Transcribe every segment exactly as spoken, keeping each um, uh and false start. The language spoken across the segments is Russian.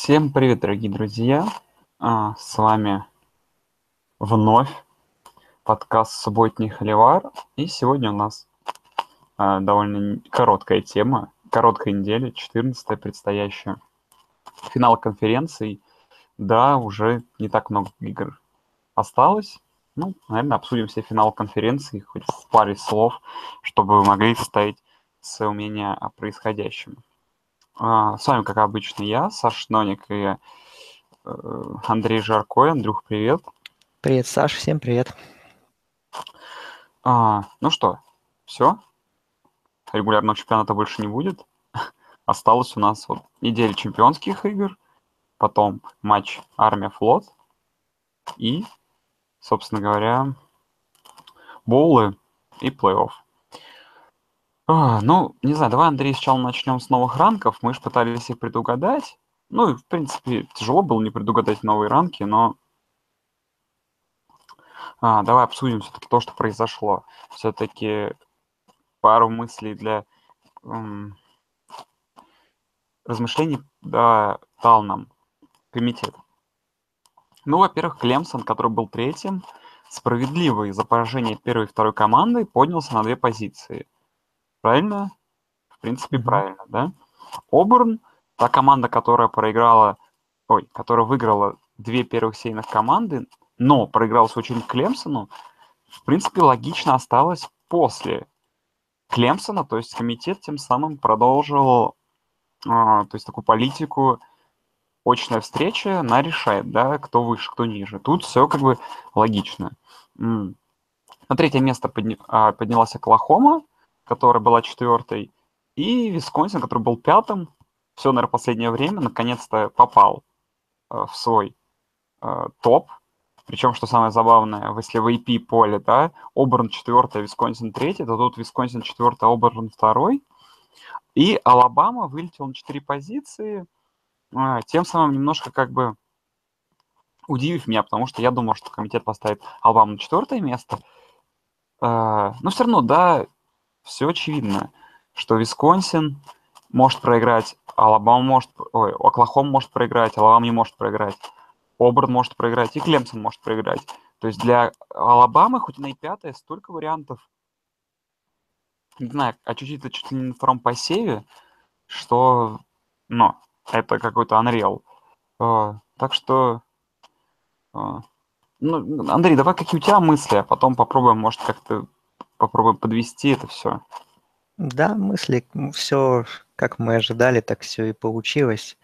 Всем привет, дорогие друзья! А, С вами вновь подкаст «Субботний холивар». И сегодня у нас а, довольно н- короткая тема, короткая неделя, четырнадцатая предстоящая. Финал конференции. Да, уже не так много игр осталось. Ну, наверное, обсудим все финал конференции хоть в паре слов, чтобы вы могли составить свое мнение о происходящем. А, С вами, как обычно, я, Саш Ноник и э, Андрей Жаркой. Андрюх, привет. Привет, Саш, всем привет. А, ну что, все, регулярного чемпионата больше не будет. Осталось у нас вот неделя чемпионских игр, потом матч Армия-Флот и, собственно говоря, боулы и плей-офф. А, ну, не знаю, давай, Андрей, сначала начнем с новых ранков. Мы же пытались их предугадать. Ну и, в принципе, тяжело было не предугадать новые ранки, но а, давай обсудим все-таки то, что произошло. Все-таки пару мыслей для м, размышлений да, дал нам комитет. Ну, во-первых, Клемсон, который был третьим, справедливо из-за поражения первой и второй команды поднялся на две позиции. Правильно? В принципе, Мгм. правильно, да? Оберн, та команда, которая проиграла, ой, которая выиграла две первых сейных команды, но проиграла свою очередь Клемсону, в принципе, логично осталась после Клемсона, то есть комитет тем самым продолжил, а, то есть такую политику очная встреча, она решает, да, кто выше, кто ниже. Тут все как бы логично. М. На третье место подня- а, поднялась Оклахома, которая была четвертой, и Висконсин, который был пятым. Все, наверное, последнее время наконец-то попал э, в свой э, топ. Причем, что самое забавное, если в эй пи поле, да, Оберн четвертый, Висконсин третий, то тут Висконсин четвертый, Оберн второй. И Алабама вылетел на четыре позиции, а, тем самым немножко как бы удивив меня, потому что я думал, что комитет поставит Алабаму на четвертое место. А, но все равно, да, все очевидно, что Висконсин может проиграть, Алабама может, ой, Оклахома может проиграть, Алабама не может проиграть, Оберн может проиграть и Клемсон может проиграть. То есть для Алабамы, хоть она и пятая, столько вариантов, не знаю, очутиться чуть ли не на втором посеве, что, ну, это какой-то unreal. А, так что, а, ну, Андрей, давай какие у тебя мысли, а потом попробуем, может, как-то попробуем подвести это все. Да, мысли, все, как мы ожидали, так все и получилось.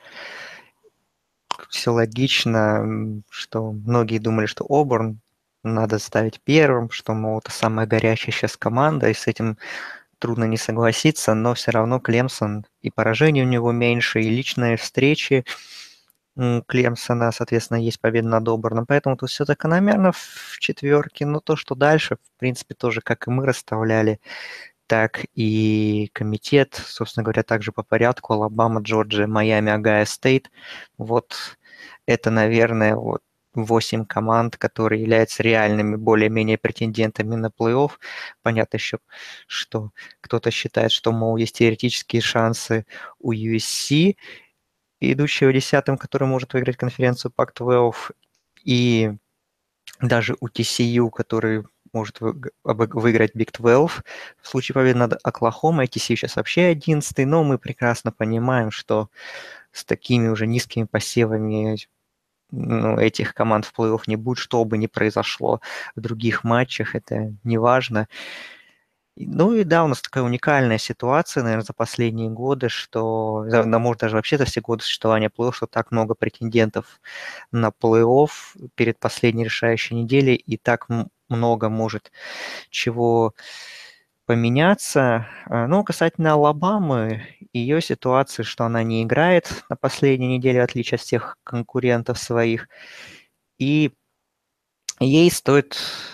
Все логично, м, что многие думали, что Оберн надо ставить первым, что, мол, это самая горячая сейчас команда, и с этим трудно не согласиться, но все равно Клемсон и поражений у него меньше, и личные встречи м, Клемсона, соответственно, есть победа над Оберном, поэтому тут все закономерно в четверке, но то, что дальше, в принципе, тоже, как и мы расставляли, так и комитет, собственно говоря, также по порядку: Алабама, Джорджия, Майами, Огайо Стейт. Вот это, наверное, вот восемь команд, которые являются реальными более-менее претендентами на плей-офф. Понятно еще, что кто-то считает, что, мол, есть теоретические шансы у ю эс си, идущего десятым, который может выиграть конференцию пак двенадцать, и даже у ти си ю, который может вы- обыг- выиграть Биг двенадцать в случае победы над Оклахомой. ти си ю сейчас вообще одиннадцатый, но мы прекрасно понимаем, что с такими уже низкими посевами, ну, этих команд в плей-офф не будет, что бы ни произошло в других матчах, это не важно. И- Ну и да, у нас такая уникальная ситуация, наверное, за последние годы, что, за- да, может, даже вообще за все годы существования плей-офф, что так много претендентов на плей-офф перед последней решающей неделей, и так м- много может чего поменяться. А, Ну, касательно Алабамы, ее ситуации, что она не играет на последней неделе, в отличие от всех конкурентов своих, и ей стоит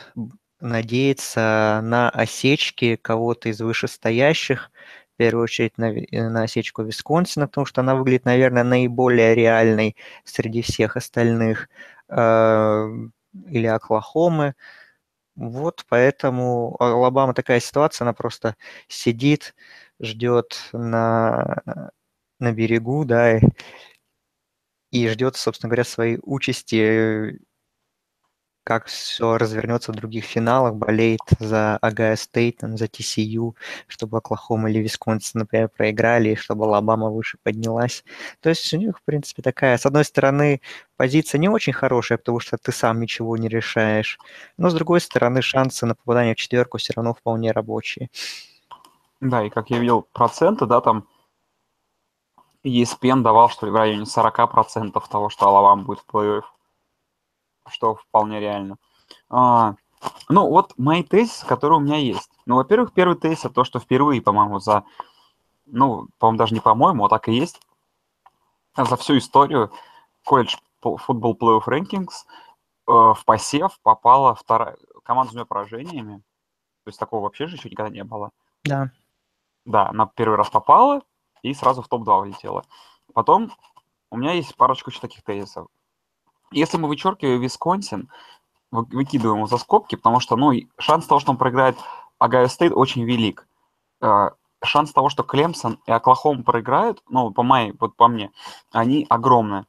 надеяться на осечки кого-то из вышестоящих, в первую очередь на, Ви- на осечку Висконсина, потому что она выглядит, наверное, наиболее реальной среди всех остальных, э, или Оклахомы. Вот поэтому Алабама такая ситуация, она просто сидит, ждет на, на берегу, да, и ждет, собственно говоря, своей участи, как все развернется в других финалах, болеет за Огайо Стейт, за Ти Си Ю, чтобы Оклахома или Висконсин, например, проиграли, и чтобы Алабама выше поднялась. То есть у них, в принципе, такая, с одной стороны, позиция не очень хорошая, потому что ты сам ничего не решаешь, но, с другой стороны, шансы на попадание в четверку все равно вполне рабочие. Да, и как я видел проценты, да, там и эс пи эн давал, что ли, в районе сорок процентов того, что Алабама будет в плей-офф, что вполне реально. А, ну, вот мои тезисы, которые у меня есть. Ну, во-первых, первый тезис — это то, что впервые, по-моему, за, ну, по-моему, даже не по-моему, а так и есть, за всю историю колледж футбол плей-офф рэнкингс в посев попала вторая команда с двумя поражениями. То есть такого вообще же еще никогда не было. Да. Да, она первый раз попала и сразу в топ два улетела. Потом у меня есть парочку еще таких тезисов. Если мы вычеркиваем Висконсин, выкидываем его за скобки, потому что, ну, шанс того, что он проиграет Огайо Стейт, очень велик. Шанс того, что Клемсон и Оклахома проиграют, ну, по моей, вот по мне, они огромные.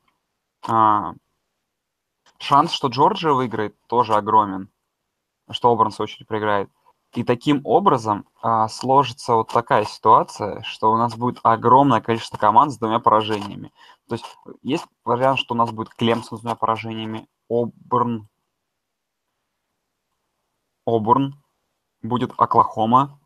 Шанс, что Джорджия выиграет, тоже огромен, что Оберн, в свою очередь, проиграет. И таким образом а, сложится вот такая ситуация, что у нас будет огромное количество команд с двумя поражениями. То есть есть вариант, что у нас будет Клемсон с двумя поражениями, Оберн, Оберн, будет Оклахома.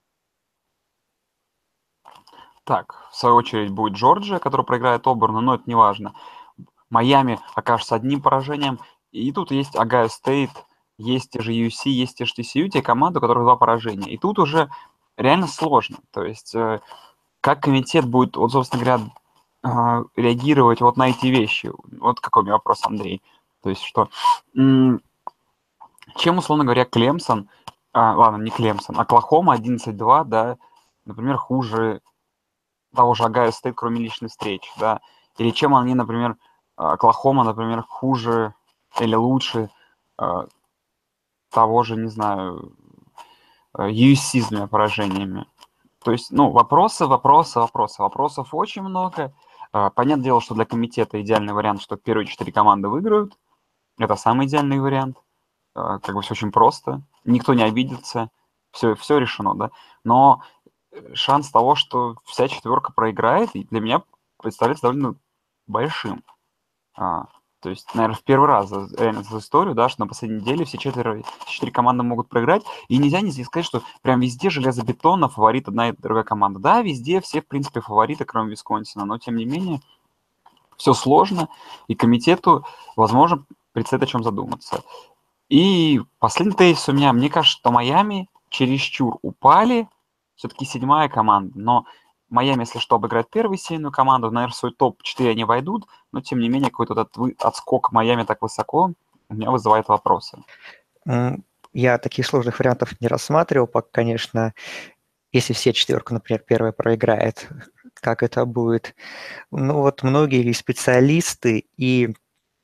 Так, в свою очередь будет Джорджия, которая проиграет Оберну, но это не важно. Майами окажется одним поражением. И тут есть Огайо Стейт, есть те же ю си, есть те же Ти Си Ю, те команды, у которых два поражения. И тут уже реально сложно. То есть э, как комитет будет, вот, собственно говоря, э, реагировать вот на эти вещи? Вот какой у меня вопрос, Андрей. То есть что... М- чем, условно говоря, Клемсон, а, ладно, не Клемсон, Оклахома одиннадцать два, да, например, хуже того же Огайо Стейт, кроме личных встреч, да, или чем они, например, Оклахома, например, хуже или лучше э, того же, не знаю, ю си с двумя поражениями. То есть, ну, вопросы, вопросы, вопросы. Вопросов очень много. Э, понятное дело, что для комитета идеальный вариант, что первые четыре команды выиграют. Это самый идеальный вариант. Э, как бы все очень просто. Никто не обидится. Все, все решено, да. Но шанс того, что вся четверка проиграет, для меня представляется довольно большим. А, то есть, наверное, в первый раз за, реально за историю, да, что на последней неделе все четверо, четыре команды могут проиграть, и нельзя не сказать, что прям везде железобетонно фаворит одна и другая команда. Да, везде все, в принципе, фавориты, кроме Висконсина, но, тем не менее, все сложно, и комитету, возможно, предстоит о чем задуматься. И последний тезис у меня, мне кажется, что Майами чересчур упали, все-таки седьмая команда, но Майами, если что, обыграет первую сильную команду, наверное, в свой топ четыре они войдут, но, тем не менее, какой-то этот отскок Майами так высоко у меня вызывает вопросы. Я таких сложных вариантов не рассматривал, пока, конечно, если все четверка, например, первая проиграет, как это будет. Ну вот многие специалисты и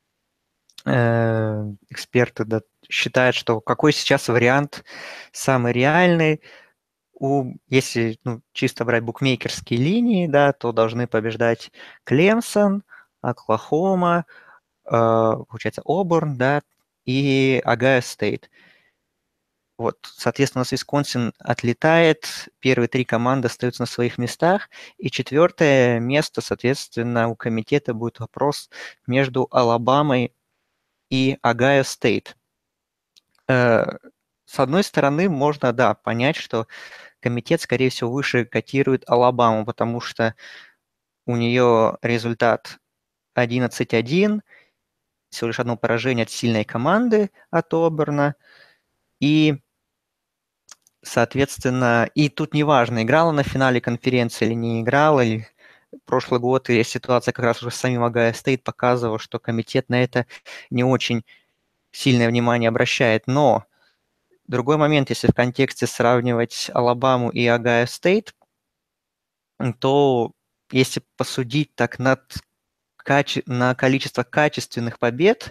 э, эксперты да, считают, что какой сейчас вариант самый реальный. У, если ну, чисто брать букмекерские линии, да, то должны побеждать Клемсон, Оклахома, э, получается, Оберн, да, и Огайо Стейт. Вот, соответственно, у нас Висконсин отлетает, первые три команды остаются на своих местах, и четвертое место, соответственно, у комитета будет вопрос между Алабамой и Огайо Стейт. С одной стороны, можно, да, понять, что комитет, скорее всего, выше котирует Алабаму, потому что у нее результат одиннадцать один, всего лишь одно поражение от сильной команды, от Оберна, и соответственно, и тут неважно, играла на финале конференции или не играла, или прошлый год и ситуация как раз уже с самим Огайо Стейт показывала, что комитет на это не очень сильное внимание обращает. Но другой момент, если в контексте сравнивать Алабаму и Огайо Стейт, то если посудить так над каче- на количество качественных побед,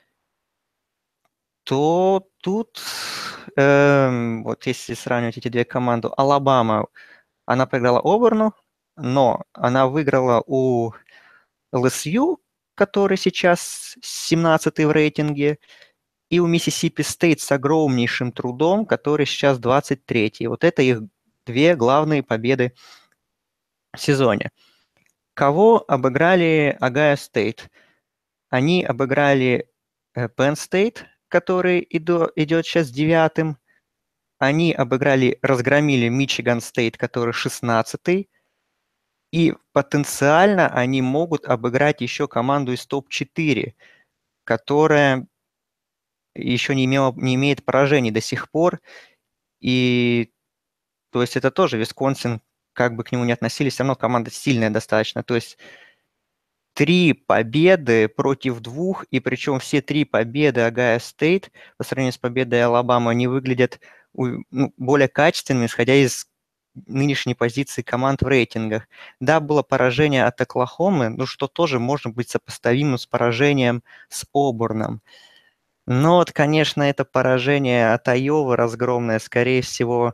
то тут, э, вот если сравнивать эти две команды, Алабама, она проиграла Оберну, но она выиграла у эл эс ю, который сейчас семнадцатый в рейтинге, и у Миссисипи Стейт с огромнейшим трудом, который сейчас двадцать третий. Вот это их две главные победы в сезоне. Кого обыграли Огайо Стейт? Они обыграли Penn State, который идет сейчас девятым. Они обыграли, разгромили Мичиган Стейт, который шестнадцатый. И потенциально они могут обыграть еще команду из топ четыре, которая еще не, имела, не имеет поражений до сих пор. И то есть это тоже Висконсин, как бы к нему ни относились, все равно команда сильная достаточно. То есть три победы против двух, и причем все три победы Огайо Стейт по сравнению с победой Алабамы, они выглядят ну, более качественными, исходя из нынешней позиции команд в рейтингах. Да, было поражение от Оклахомы, ну что тоже может быть сопоставимо с поражением с Оберном. Но вот, конечно, это поражение от Айовы разгромное, скорее всего,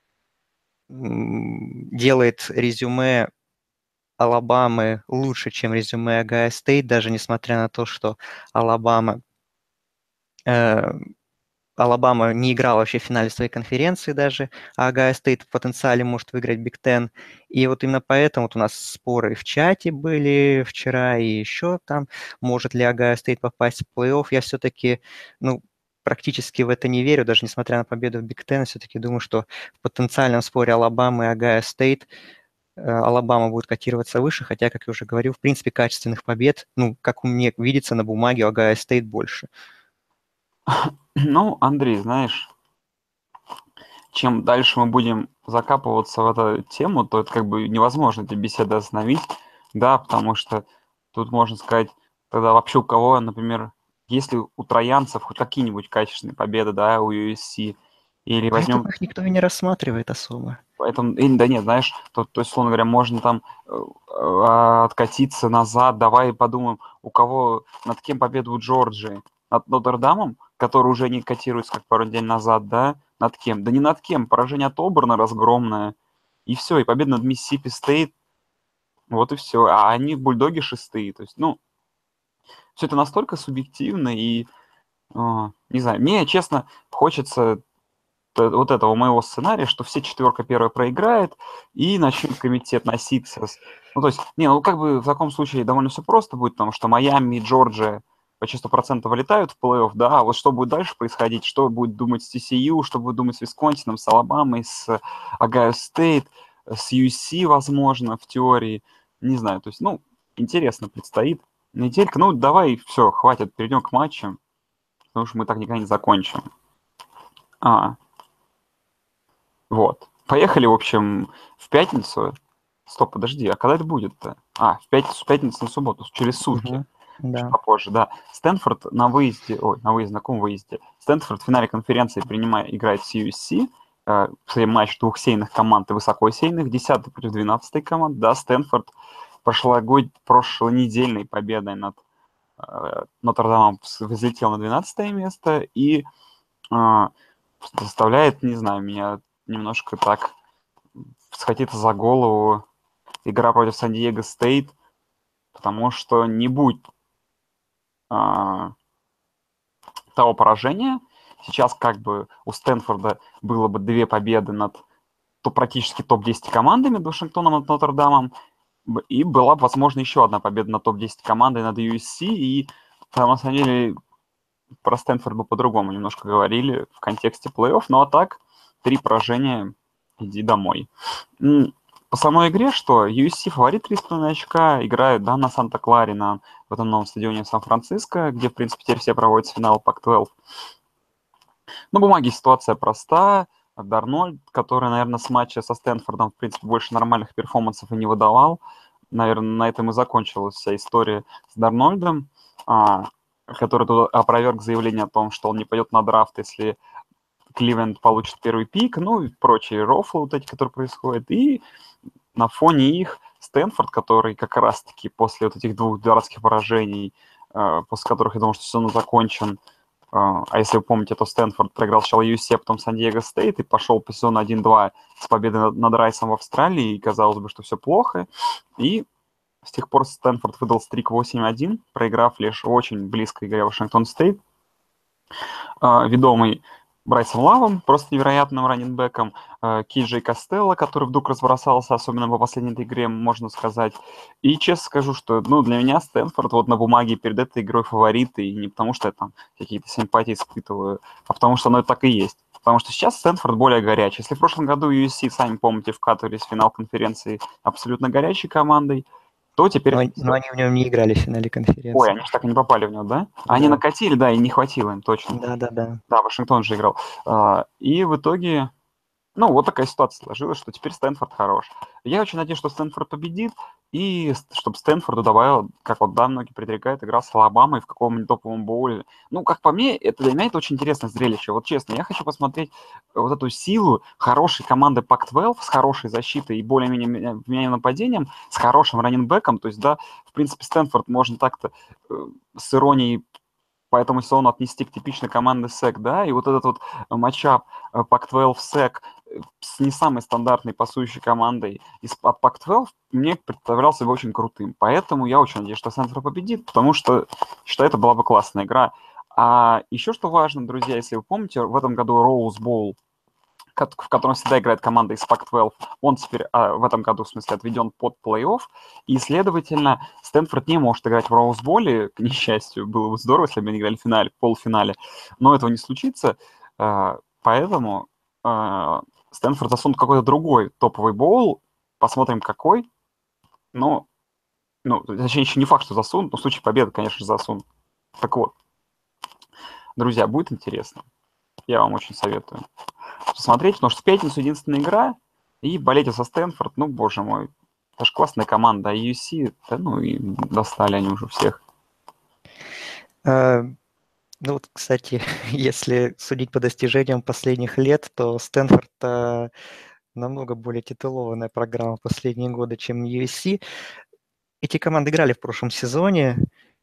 делает резюме Алабамы лучше, чем резюме Огайо Стейт, даже несмотря на то, что Алабама, э, Алабама не играла вообще в финале своей конференции даже, а Огайо Стейт в потенциале может выиграть Биг Тен. И вот именно поэтому вот у нас споры в чате были вчера и еще там, может ли Огайо Стейт попасть в плей-офф. Я все-таки, ну, практически в это не верю, даже несмотря на победу в Биг Тен, все-таки думаю, что в потенциальном споре Алабамы и Огайо Стейт Алабама будет котироваться выше, хотя, как я уже говорил, в принципе, качественных побед, ну, как мне видится, на бумаге у Огайо Стейт больше. Ну, Андрей, знаешь, чем дальше мы будем закапываться в эту тему, то это как бы невозможно эти беседы остановить, да, потому что тут можно сказать, тогда вообще у кого, например, если у троянцев хоть какие-нибудь качественные победы, да, у ю эс си, или возьмем... Поэтому их никто и не рассматривает особо. Поэтому, или, да нет, знаешь, то, то есть, условно говоря, можно там э, откатиться назад, давай подумаем, у кого, над кем победа у Джорджии? Над Нотр-Дамом, который уже не котируется, как пару недель назад, да? Над кем? Да не над кем, поражение от Оберна разгромное, и все, и победа над Миссисипи Стейт, вот и все. А они бульдоги шестые, то есть, ну, все это настолько субъективно, и, э, не знаю, мне, честно, хочется вот этого моего сценария, что все четверка первая проиграет, и начнет комитет относиться. Ну, то есть, не, ну, как бы в таком случае довольно все просто будет, потому что Майами и Джорджия почти сто процентов вылетают в плей-офф, да, а вот что будет дальше происходить, что будет думать с ти си ю, что будет думать с Висконсином, с Алабамой, с Огайо Стейт, с ю эс си, возможно, в теории, не знаю, то есть, ну, интересно предстоит неделька, ну, давай, все, хватит, перейдем к матчам, потому что мы так никогда не закончим. А, Вот. Поехали, в общем, в пятницу. Стоп, подожди, а когда это будет-то? А, в пятницу, в пятницу на субботу, через сутки. Угу, да. Чуть попозже, да. Стэнфорд на выезде, ой, на выезде, на каком выезде? Стэнфорд в финале конференции принимает, играет с ю эс си. Э, кстати, матч двухсейных команд и высокосейных, десятый против двенадцатой команд. Да, Стэнфорд прошлогодь, прошлонедельной победой над э, Нотр-Дамом взлетел на двенадцатое место и э, заставляет, не знаю, меня немножко так схватиться за голову игра против Сан-Диего Стейт, потому что не будет а, того поражения. Сейчас как бы у Стэнфорда было бы две победы над то, практически топ десять командами, над Вашингтоном, над Нотр-Дамом, и была бы, возможно, еще одна победа над топ десять командой над ю эс си, и там, на самом деле, про Стэнфорд бы по-другому немножко говорили в контексте плей-офф, ну а так, три поражения, иди домой. По самой игре, что ю эс си фаворит три с половиной очка, играют, да, на Санта-Кларе, на в этом новом стадионе в Сан-Франциско, где, в принципе, теперь все проводятся финал пак двенадцать. На бумаге ситуация проста. Дарнольд, который, наверное, с матча со Стэнфордом, в принципе, больше нормальных перформансов и не выдавал. Наверное, на этом и закончилась вся история с Дарнольдом, а, который тут опроверг заявление о том, что он не пойдет на драфт, если Кливленд получит первый пик, ну и прочие рофлы вот эти, которые происходят. И на фоне их Стэнфорд, который как раз-таки после вот этих двух дурацких поражений, э, после которых я думал, что сезон закончен, э, а если вы помните, то Стэнфорд проиграл сначала ю эс си, а потом Сан-Диего Стейт и пошел по сезону один-два с победой над, над Райсом в Австралии, и казалось бы, что все плохо. И С тех пор Стэнфорд выдал стрик восемь один, проиграв лишь в очень близкой игре Вашингтон Стейт, ведомый Брайсом Лавом, просто невероятным раннинбеком, Киджей Костелло, который вдруг разбросался, особенно по последней этой игре, можно сказать. И честно скажу, что ну, для меня Стэнфорд вот на бумаге перед этой игрой фаворит, и не потому что я там какие-то симпатии испытываю, а потому что оно так и есть. Потому что сейчас Стэнфорд более горячий. Если в прошлом году ю эс си, сами помните, вкатывались в финал конференции абсолютно горячей командой, то теперь... Но, но они в нем не играли в финале Ой, конференции. они же так и не попали в него, да? Они Да, накатили, да, и не хватило им, точно. да-да-да. Да, Вашингтон же играл. А, И в итоге, ну, вот такая ситуация сложилась, что теперь Стэнфорд хорош. Я очень надеюсь, что Стэнфорд победит, и с- чтобы Стэнфорду добавил, как вот, да, многие предрекают, игра с Алабамой в каком-нибудь топовом боуле. Ну, как по мне, это для меня это очень интересное зрелище. Вот честно, я хочу посмотреть вот эту силу хорошей команды пак двенадцать с хорошей защитой и более-менее меня- вменяемым нападением, с хорошим раннинбеком. То есть, да, в принципе, Стэнфорд можно так-то э, с иронией по этому сезону отнести к типичной команде сэк, да, и вот этот вот матчап э, пак двенадцать сэк э, с не самой стандартной пасующей командой из от пак двенадцать мне представлялся бы очень крутым. Поэтому я очень надеюсь, что Сентфорд победит, потому что считаю, это была бы классная игра. А еще что важно, друзья, если вы помните, в этом году Rose Bowl, в котором всегда играет команда из пак двенадцать, он теперь а, в этом году, в смысле, отведен под плей-офф, и, следовательно, Стэнфорд не может играть в Роузболе, к несчастью. Было бы здорово, если бы они играли в финале, в полуфинале, но этого не случится, а, поэтому а, Стэнфорд засунут какой-то другой топовый боул, посмотрим какой, но, ну, точнее, еще не факт, что засунут, но в случае победы, конечно же, засунут. Так вот, друзья, будет интересно, я вам очень советую посмотреть, потому что в пятницу единственная игра, и болеть за Стэнфорд, ну, боже мой, это же классная команда, а ю эс си, да, ну, и достали они уже всех. А, ну вот, кстати, если судить по достижениям последних лет, то Стэнфорд а, намного более титулованная программа последние годы, чем ю эс си. Эти команды играли в прошлом сезоне,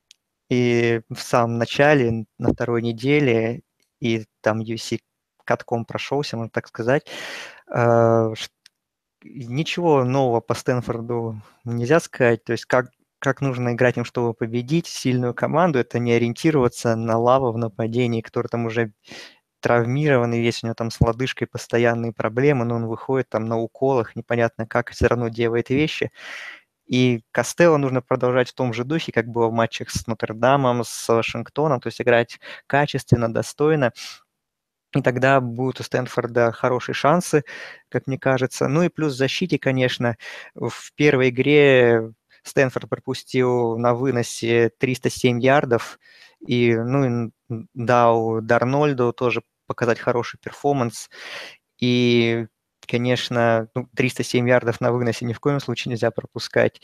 и в самом начале, на второй неделе, и там ю эс си катком прошелся, можно так сказать. А, ш- Ничего нового по Стэнфорду нельзя сказать. То есть как, как нужно играть им, чтобы победить сильную команду, это не ориентироваться на Лава в нападении, который там уже травмированный, есть у него там с лодыжкой постоянные проблемы, но он выходит там на уколах, непонятно как, все равно делает вещи. И Костелло нужно продолжать в том же духе, как было в матчах с Нотр-Дамом, с Вашингтоном, то есть играть качественно, достойно. И тогда будут у Стэнфорда хорошие шансы, как мне кажется. Ну и плюс в защите, конечно, в первой игре Стэнфорд пропустил на выносе триста семь ярдов. И, ну, и дал Дарнольду тоже показать хороший перформанс. И, конечно, ну, триста семь ярдов на выносе ни в коем случае нельзя пропускать.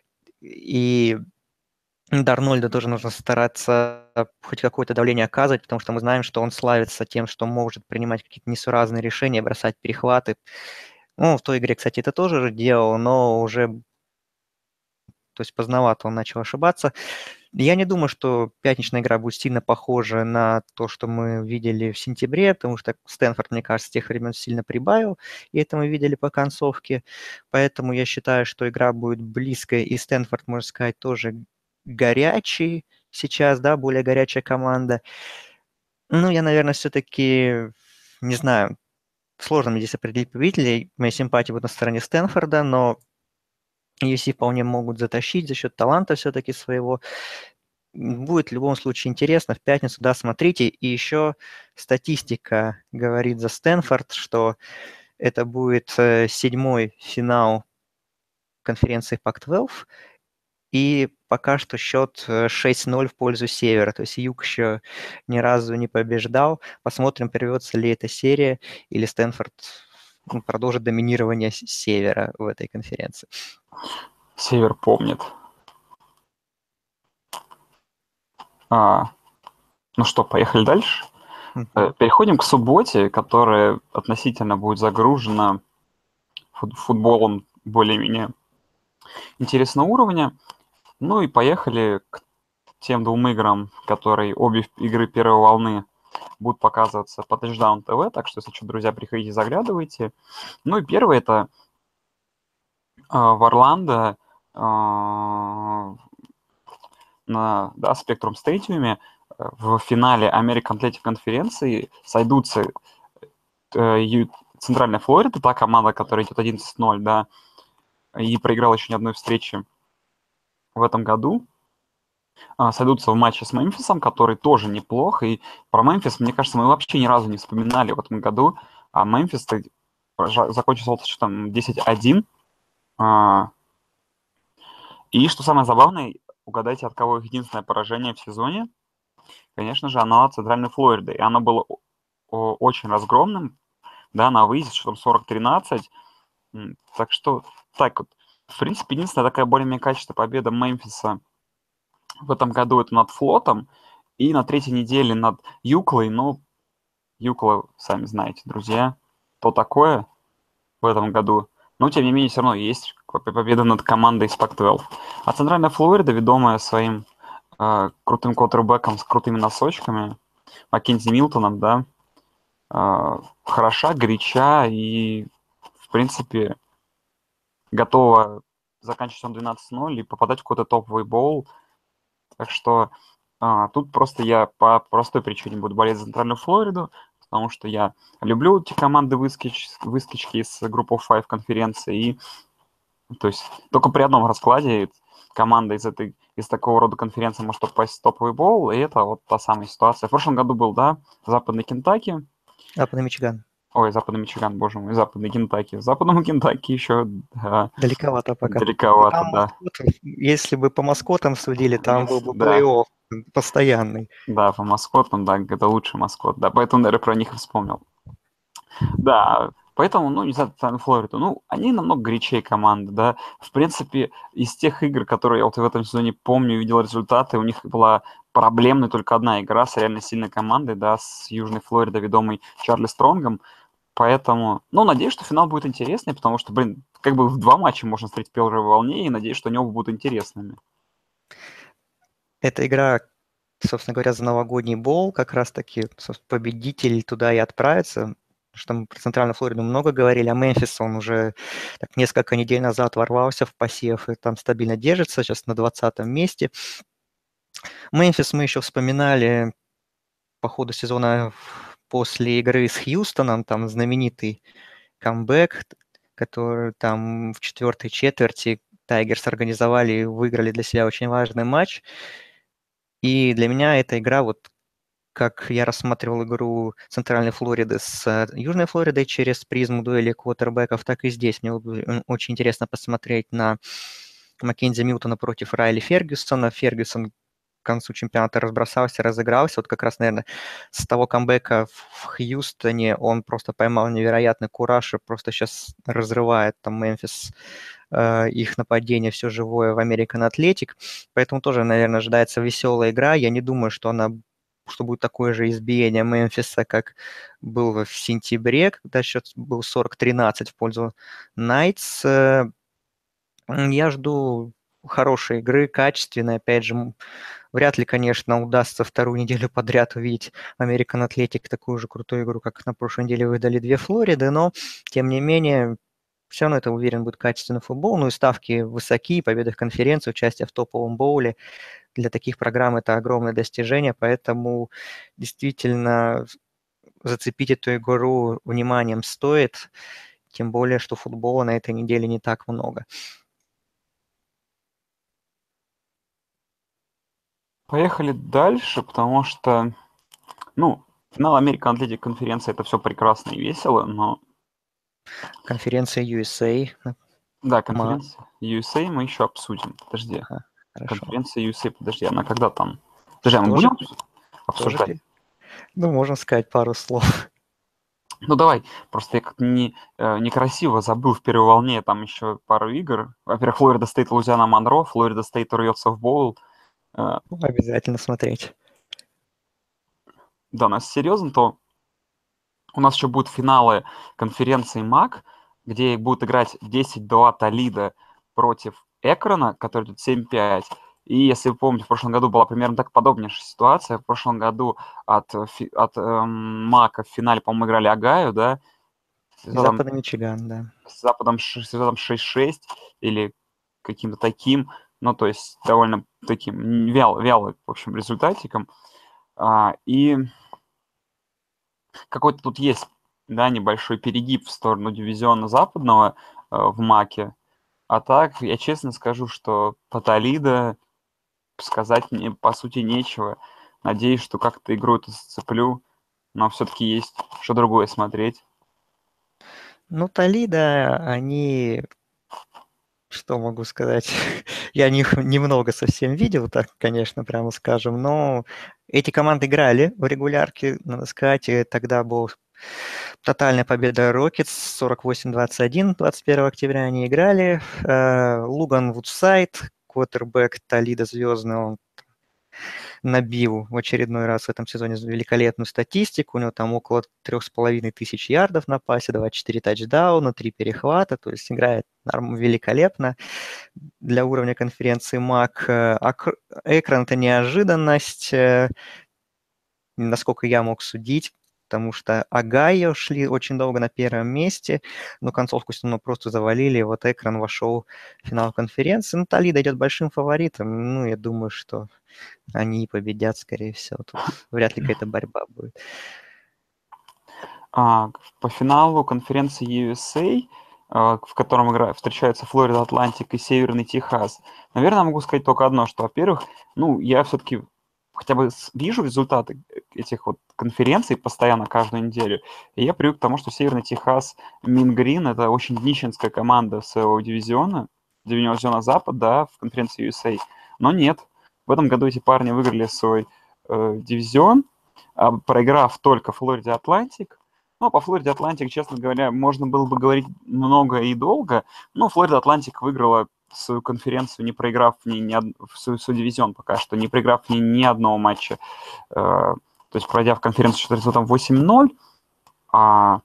И Дарнольду тоже нужно стараться хоть какое-то давление оказывать, потому что мы знаем, что он славится тем, что может принимать какие-то несуразные решения, бросать перехваты. Ну, в той игре, кстати, это тоже же делал, но уже, то есть поздновато он начал ошибаться. Я не думаю, что пятничная игра будет сильно похожа на то, что мы видели в сентябре, потому что Стэнфорд, мне кажется, с тех времен сильно прибавил, и это мы видели по концовке. Поэтому я считаю, что игра будет близкая, и Стэнфорд, можно сказать, тоже горячий сейчас, да, более горячая команда. Ну, я, наверное, все-таки, не знаю, сложно мне здесь определить победителей. Моя симпатия будет на стороне Стэнфорда, но ю эс си вполне могут затащить за счет таланта все-таки своего. Будет в любом случае интересно. В пятницу, да, смотрите. И еще статистика говорит за Стэнфорд, что это будет э, седьмой финал конференции пак двенадцать. И пока что счет э, шесть ноль в пользу Севера. То есть Юг еще ни разу не побеждал. Посмотрим, прервется ли эта серия, или Стэнфорд ну, продолжит доминирование с- Севера в этой конференции. Север помнит. А, ну что, поехали дальше? Э, Мгм. Переходим к субботе, которая относительно будет загружена фут- футболом более-менее интересного уровня. Ну и поехали к тем двум играм, которые обе игры первой волны будут показываться по Touchdown ти ви, так что, если что, друзья, приходите, заглядывайте. Ну и первый это а, в Орландо а, на да, Spectrum Stadium в финале American Athletic конференции сойдутся э, Ю- Центральная Флорида, та команда, которая идет одиннадцать ноль, да, и проиграла еще ни одной встречи в этом году, а, сойдутся в матче с Мемфисом, который тоже неплох. И про Мемфис, мне кажется, мы вообще ни разу не вспоминали в этом году. А Мемфис закончился со счетом десять один. А, И что самое забавное, угадайте, от кого их единственное поражение в сезоне? Конечно же, оно от Центральной Флориды. И оно было о- очень разгромным, да, на выезде, что там сорок тринадцать. М, Так что, так вот, в принципе, единственная такая более-менее качественная победа Мемфиса в этом году это над Флотом и на третьей неделе над Юклой. Но Юкла, сами знаете, друзья, то такое в этом году. Но, тем не менее, все равно есть победа над командой из пак двенадцать. А Центральная Флорида, ведомая своим э, крутым квотербеком с крутыми носочками, Маккензи Милтоном, да, э, хороша, горяча и, в принципе, готова заканчивать он двенадцать ноль и попадать в какой-то топовый боул. Так что а, тут просто я по простой причине буду болеть за Центральную Флориду, потому что я люблю эти команды выскоч... выскочки из группы пять конференции. И, то есть только при одном раскладе команда из этой из такого рода конференции может попасть в топовый боул, и это вот та самая ситуация. В прошлом году был, да, Западный Кентаки. Западный Мичиган. Ой, Западный Мичиган, боже мой, Западный Кентаки. Западному Кентаки еще да, Далековато пока. Ну, далековато, там да. маскотов, если бы по маскотам судили, там был Если- бы да. плей-офф постоянный. Да, по маскотам, да, это лучший маскот, да, поэтому, наверное, про них и вспомнил. Да, поэтому, ну, не знаю, Центральную Флориду, ну, они намного горячее команды, да. В принципе, из тех игр, которые я вот в этом сезоне помню, видел результаты, у них была проблемной только одна игра с реально сильной командой, да, с Южной Флоридой, ведомой Чарли Стронгом. Поэтому, ну, надеюсь, что финал будет интересный, потому что, блин, как бы в два матча можно встретить в первой волне, и надеюсь, что они оба будут интересными. Эта игра, собственно говоря, за новогодний боул, как раз-таки победитель туда и отправится. Потому что мы про Центральную Флориду много говорили, а Мемфис, он уже так, несколько недель назад ворвался в посев и там стабильно держится, сейчас на двадцатом месте. Мемфис мы еще вспоминали по ходу сезона после игры с Хьюстоном, там знаменитый камбэк, который там в четвертой четверти Тайгерс организовали и выиграли для себя очень важный матч. И для меня эта игра, вот как я рассматривал игру Центральной Флориды с э, Южной Флоридой через призму дуэли квотербеков, так и здесь. Мне вот, э, очень интересно посмотреть на Маккензи Милтона против Райли Фергюсона. Фергюсон к концу чемпионата разбросался, разыгрался. Вот как раз, наверное, с того камбэка в Хьюстоне он просто поймал невероятный кураж и просто сейчас разрывает там Мемфис, э, их нападение все живое в American Athletic. Поэтому тоже, наверное, ожидается веселая игра. Я не думаю, что она что будет такое же избиение Мемфиса, как было в сентябре, когда счет был сорок тринадцать в пользу Найтс. Э, Я жду хорошей игры, качественной. Опять же, вряд ли, конечно, удастся вторую неделю подряд увидеть American Athletic такую же крутую игру, как на прошлой неделе выдали две Флориды, но, тем не менее, все равно это, уверен, будет качественный футбол. Ну и ставки высоки, победа в конференции, участие в топовом боуле. Для таких программ это огромное достижение, поэтому действительно зацепить эту игру вниманием стоит, тем более, что футбола на этой неделе не так много. Поехали дальше, потому что, ну, финал American Athletic конференции это все прекрасно и весело, но Конференция ю эс эй. да, Ма. конференция ю эс эй мы еще обсудим. Подожди. Ага, хорошо. Конференция ю эс эй, подожди, она когда там? Подожди, а мы Тоже, будем тоже, обсуждать? пе- ну, можно сказать пару слов. Ну давай, просто я как-то не, э, некрасиво забыл в первой волне там еще пару игр. Во-первых, Флорида Стейт, Луизиана Монро, Флорида Стейт рвется в боул. Э, Обязательно смотреть. Да, у нас серьезно, то у нас еще будут финалы конференции МАК, где будут играть десять два Толида против Экрона, который тут семь пять. И если вы помните, в прошлом году была примерно так подобнейшая ситуация. В прошлом году от, э, фи- от эм, Мака в финале, по-моему, играли Агаю, да, с И результатом, Западный Мичиган, да. с Западом, ш- с результатом шесть шесть или каким-то таким, ну, то есть довольно таким вял, вялым, в общем, результатиком. А, и какой-то тут есть, да, небольшой перегиб в сторону дивизиона западного э, в Маке. А так, я честно скажу, что по Толидо сказать мне, по сути, нечего. Надеюсь, что как-то игру эту сцеплю, но все-таки есть что другое смотреть. Ну, Толидо, они, что могу сказать, я них немного совсем видел, так, конечно, прямо скажем, но эти команды играли в регулярке, надо сказать, и тогда был тотальная победа Рокетс сорок восемь двадцать один, двадцать первого октября они играли. Э, Луган Вудсайд, квотербек Толидо звездный, он набил в очередной раз в этом сезоне великолепную статистику. У него там около трех с половиной тысяч ярдов на пасе, двадцать четыре тачдауна, три перехвата, то есть играет великолепно для уровня конференции МАК. Экран – это неожиданность, насколько я мог судить, потому что Огайо шли очень долго на первом месте, но концовку все равно просто завалили, и вот Экран вошел в финал конференции. Ну, Толидо идет большим фаворитом, ну, я думаю, что они победят, скорее всего. Тут вряд ли какая-то борьба будет. А, по финалу конференции ю эс эй, а, в котором играют, встречаются Флорида Атлантик и Северный Техас, наверное, могу сказать только одно, что, во-первых, ну, я все-таки хотя бы вижу результаты этих вот конференций постоянно каждую неделю, и я привык к тому, что Северный Техас, Мин Грин — это очень днищенская команда своего дивизиона, дивизиона Запад, да, в конференции ю эс эй, но нет. В этом году эти парни выиграли свой э, дивизион, а, проиграв только Флориде Атлантик. Ну, по Флориде Атлантик, честно говоря, можно было бы говорить много и долго, но Флорида Атлантик выиграла свою конференцию, не проиграв ни, ни од... свой, свой дивизион пока что, не проиграв ни, ни одного матча. Э, то есть пройдя в конференцию счет результатом восемь ноль, а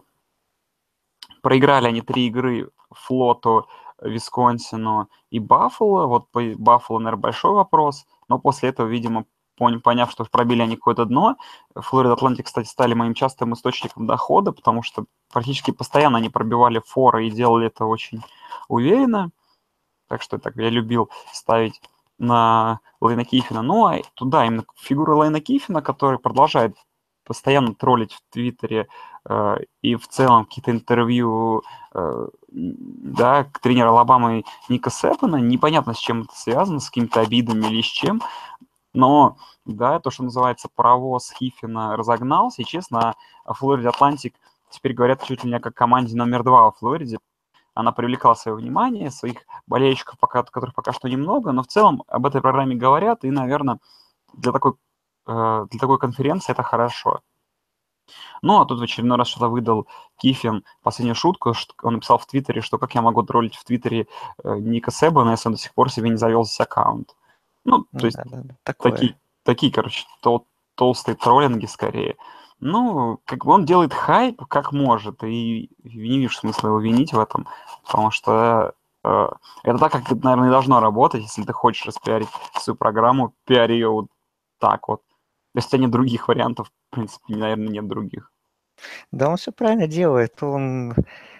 проиграли они три игры Флоту, Висконсину и Баффало. Вот по Баффало, наверное, большой вопрос, но после этого, видимо, поняв, что пробили они какое-то дно. Флорида Атлантик, кстати, стали моим частым источником дохода, потому что практически постоянно они пробивали форы и делали это очень уверенно. Так что так, я любил ставить на Лейна Киффина. Ну, а туда именно фигура Лейна Киффина, который продолжает постоянно троллить в Твиттере э, и в целом какие-то интервью э, да, к тренеру Алабамы Ника Сэппена. Непонятно, с чем это связано, с какими-то обидами или с чем. Но, да, то, что называется, паровоз Киффина разогнался. И, честно, о Флориде Атлантик теперь говорят чуть ли не как команде номер два во Флориде. Она привлекла свое внимание, своих болельщиков, пока, которых пока что немного, но в целом об этой программе говорят, и, наверное, для такой, э, для такой конференции это хорошо. Ну, а тут в очередной раз что-то выдал Киффин последнюю шутку. Что он написал в Твиттере, что как я могу троллить в Твиттере э, Ника Сэббана, если он до сих пор себе не завел здесь аккаунт. Ну, то есть Да, да, да, такое. такие, такие, короче, тол- толстые троллинги скорее. Ну, как бы он делает хайп как может, и не вижу смысла его винить в этом, потому что э, это так, как, наверное, и должно работать. Если ты хочешь распиарить свою программу, пиари ее вот так вот. Если у тебя нет других вариантов, в принципе, наверное, нет других. Да, он все правильно делает. Он,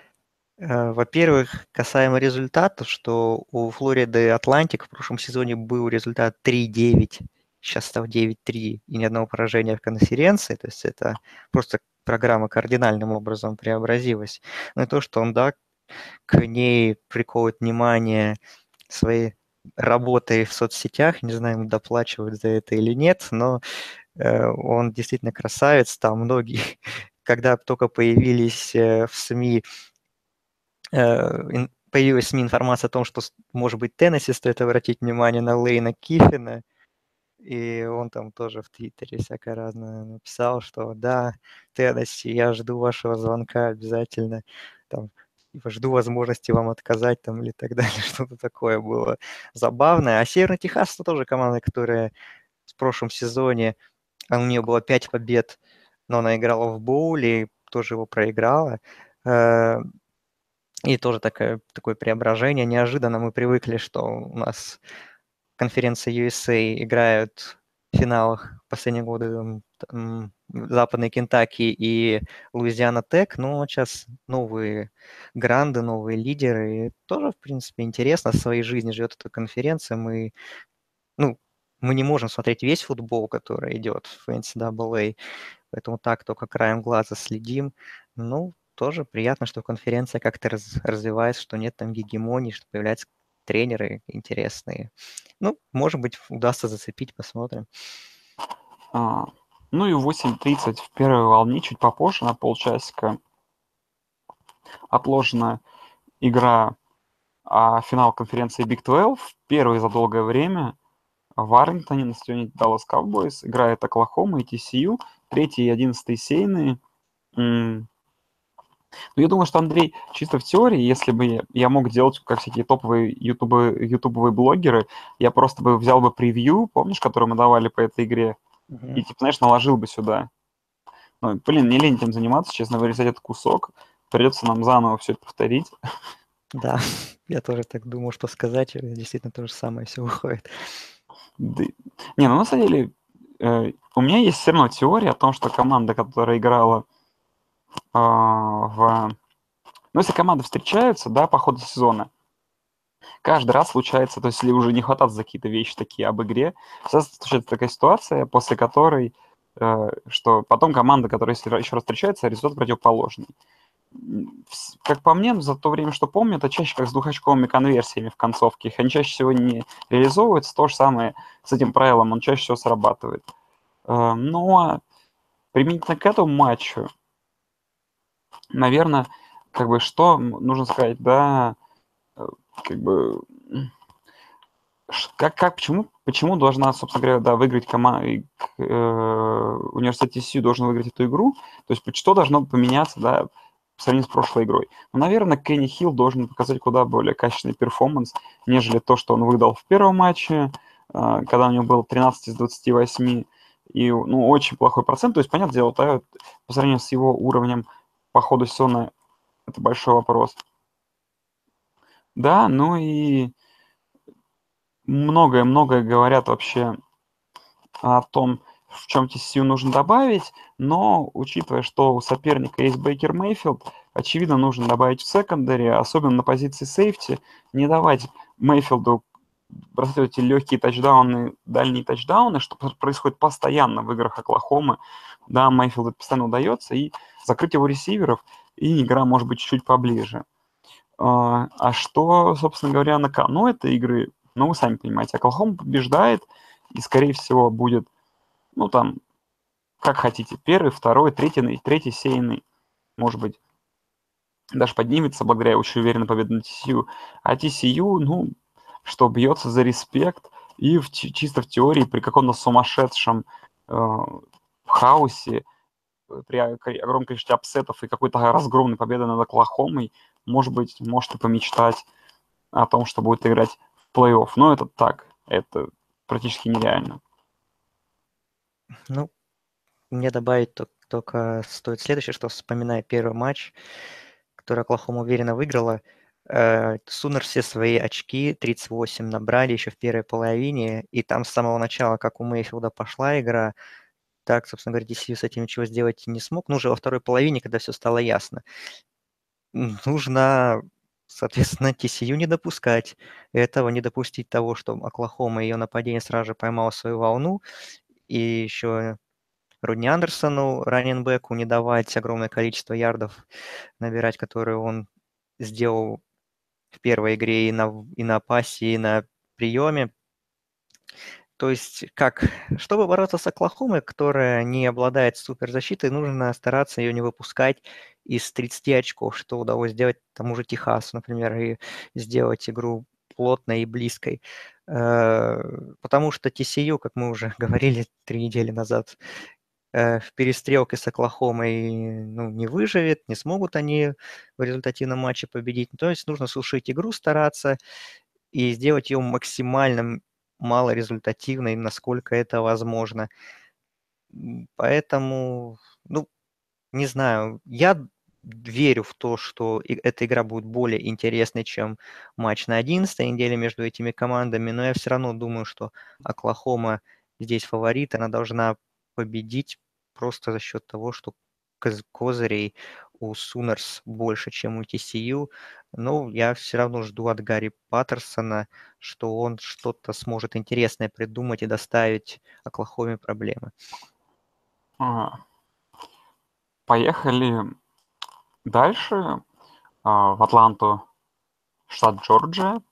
э, во-первых, касаемо результата, что у Флориды Атлантик в прошлом сезоне был результат три девять, сейчас стал девять три и ни одного поражения в конференции. То есть это просто программа кардинальным образом преобразилась. Но и то, что он, да, к ней приковывает внимание своей работой в соцсетях, не знаю, ему доплачивают за это или нет, но э, он действительно красавец, там многие, когда только появились э, в СМИ, э, появилась в СМИ информация о том, что, может быть, Теннесси стоит обратить внимание на Лейна Киффина, и он там тоже в Твиттере всякое разное написал, что да, Теннесси, я жду вашего звонка обязательно, там, типа, жду возможности вам отказать там или так далее, что-то такое было забавное. А Северный Техас — это тоже команда, которая в прошлом сезоне, а у нее было пять побед, но она играла в боуле и тоже его проиграла. Э, И тоже такое, такое преображение. Неожиданно мы привыкли, что у нас конференции ю эс эй играют в финалах последние годы там, Западный Кентаки и Луизиана Тек, но сейчас новые гранды, новые лидеры. И тоже, в принципе, интересно. Своей жизнью живет эта конференция. Мы, ну, мы не можем смотреть весь футбол, который идет в эн си эй эй, поэтому так только краем глаза следим. Ну, тоже приятно, что конференция как-то раз, развивается, что нет там гегемонии, что появляются тренеры интересные. Ну, может быть, удастся зацепить, посмотрим. А, ну и в восемь тридцать в первой волне, чуть попозже, на полчасика, отложена игра, а, финал конференции Big двенадцать, первый за долгое время в Арлингтоне на стадионе Dallas Cowboys играет Оклахома и ти си ю, третий и одиннадцатый сейные. М, Ну, я думаю, что, Андрей, чисто в теории, если бы я, я мог делать, как всякие топовые ютубы, ютубовые блогеры, я просто бы взял бы превью, помнишь, которое мы давали по этой игре, и, Мгм. типа, знаешь, наложил бы сюда. Ну, блин, не лень этим заниматься, честно, вырезать этот кусок. Придется нам заново все это повторить. Да, я тоже так думал, что сказать. э, Действительно, то же самое все выходит. Да и- Не, ну на самом деле, э, у меня есть все равно теория о том, что команда, которая играла а, в... Ну, если команды встречаются, да, по ходу сезона, каждый раз случается, то есть если уже не хвататься за какие-то вещи такие об игре, всегда случается такая ситуация, после которой, э, что потом команда, которая если еще раз встречается, результат противоположный. М, вс- Как по мне, за то время, что помню, это чаще как с двухочковыми конверсиями в концовке. Их они чаще всего не реализовываются. То же самое с этим правилом, он чаще всего срабатывает. Э, Но применительно к этому матчу, наверное, как бы что м, нужно сказать, да, э, как бы м, ш- как, как почему, почему должна, собственно говоря, да, выиграть команда, университет ти си ю должен выиграть эту игру, то есть что должно поменяться, да, по сравнению с прошлой игрой. Ну, наверное, Кенни Хилл должен показать куда более качественный перформанс, нежели то, что он выдал в первом матче, э, когда у него было тринадцать из двадцати восьми, и, ну, очень плохой процент. То есть, понятное дело, да, вот по сравнению с его уровнем по ходу сезона, это большой вопрос. Да, ну и многое-многое говорят вообще о том, в чем ти си ю нужно добавить, но учитывая, что у соперника есть Бейкер Мейфилд, очевидно, нужно добавить в секондаре, особенно на позиции сейфти, не давать Мейфилду бросать эти легкие тачдауны, дальние тачдауны, что происходит постоянно в играх Оклахомы. Да, Мейфилду это постоянно удается, и закрыть его ресиверов, и игра может быть чуть-чуть поближе. А а что, собственно говоря, на кону этой игры, ну, вы сами понимаете, Оклахома побеждает, и, скорее всего, будет, ну, там, как хотите, первый, второй, третий, на- третий сейный, может быть, даже поднимется благодаря очень уверенной победе на ти си ю. А ти си ю, ну, что бьется за респект, и в, чи- чисто в теории при каком-то сумасшедшем э, хаосе, э, при о- ко- огромном количестве апсетов и какой-то разгромной победы над Оклахомой, может быть, может и помечтать о том, что будет играть в плей-офф. Но это так, это практически нереально. Ну, мне добавить тол- только стоит следующее, что вспоминая первый матч, который Оклахома уверенно выиграла, э, Сунер все свои очки, тридцать восемь, набрали еще в первой половине, и там с самого начала, как у Мейфилда пошла игра, так, собственно говоря, ди си ю с этим ничего сделать не смог. Ну, уже во второй половине, когда все стало ясно. М, Нужно, соответственно, ти си ю не допускать этого, не допустить того, что Оклахома ее нападение сразу же поймало свою волну, и еще Родни Андерсону, раннинбеку, не давать огромное количество ярдов набирать, которые он сделал в первой игре и на, и на пасе, и на приеме. То есть, как, чтобы бороться с Оклахомой, которая не обладает суперзащитой, нужно стараться ее не выпускать из тридцати очков, что удалось сделать тому же Техасу, например, и сделать игру плотной и близкой. Э, Потому что ти си ю, как мы уже говорили три недели назад, э, в перестрелке с Оклахомой, ну, не выживет, не смогут они в результативном матче победить. То есть нужно сушить игру, стараться и сделать ее максимально малорезультативной, насколько это возможно. М, Поэтому, ну, не знаю, я верю в то, что и- эта игра будет более интересной, чем матч на одиннадцатой неделе между этими командами, но я все равно думаю, что Оклахома здесь фаворит, она должна победить, просто за счет того, что коз- козырей у Сунерс больше, чем у ти си ю. Но я все равно жду от Гарри Паттерсона, что он что-то сможет интересное придумать и доставить Оклахоме проблемы. Ага. Поехали дальше а, в Атланту, штат Джорджия,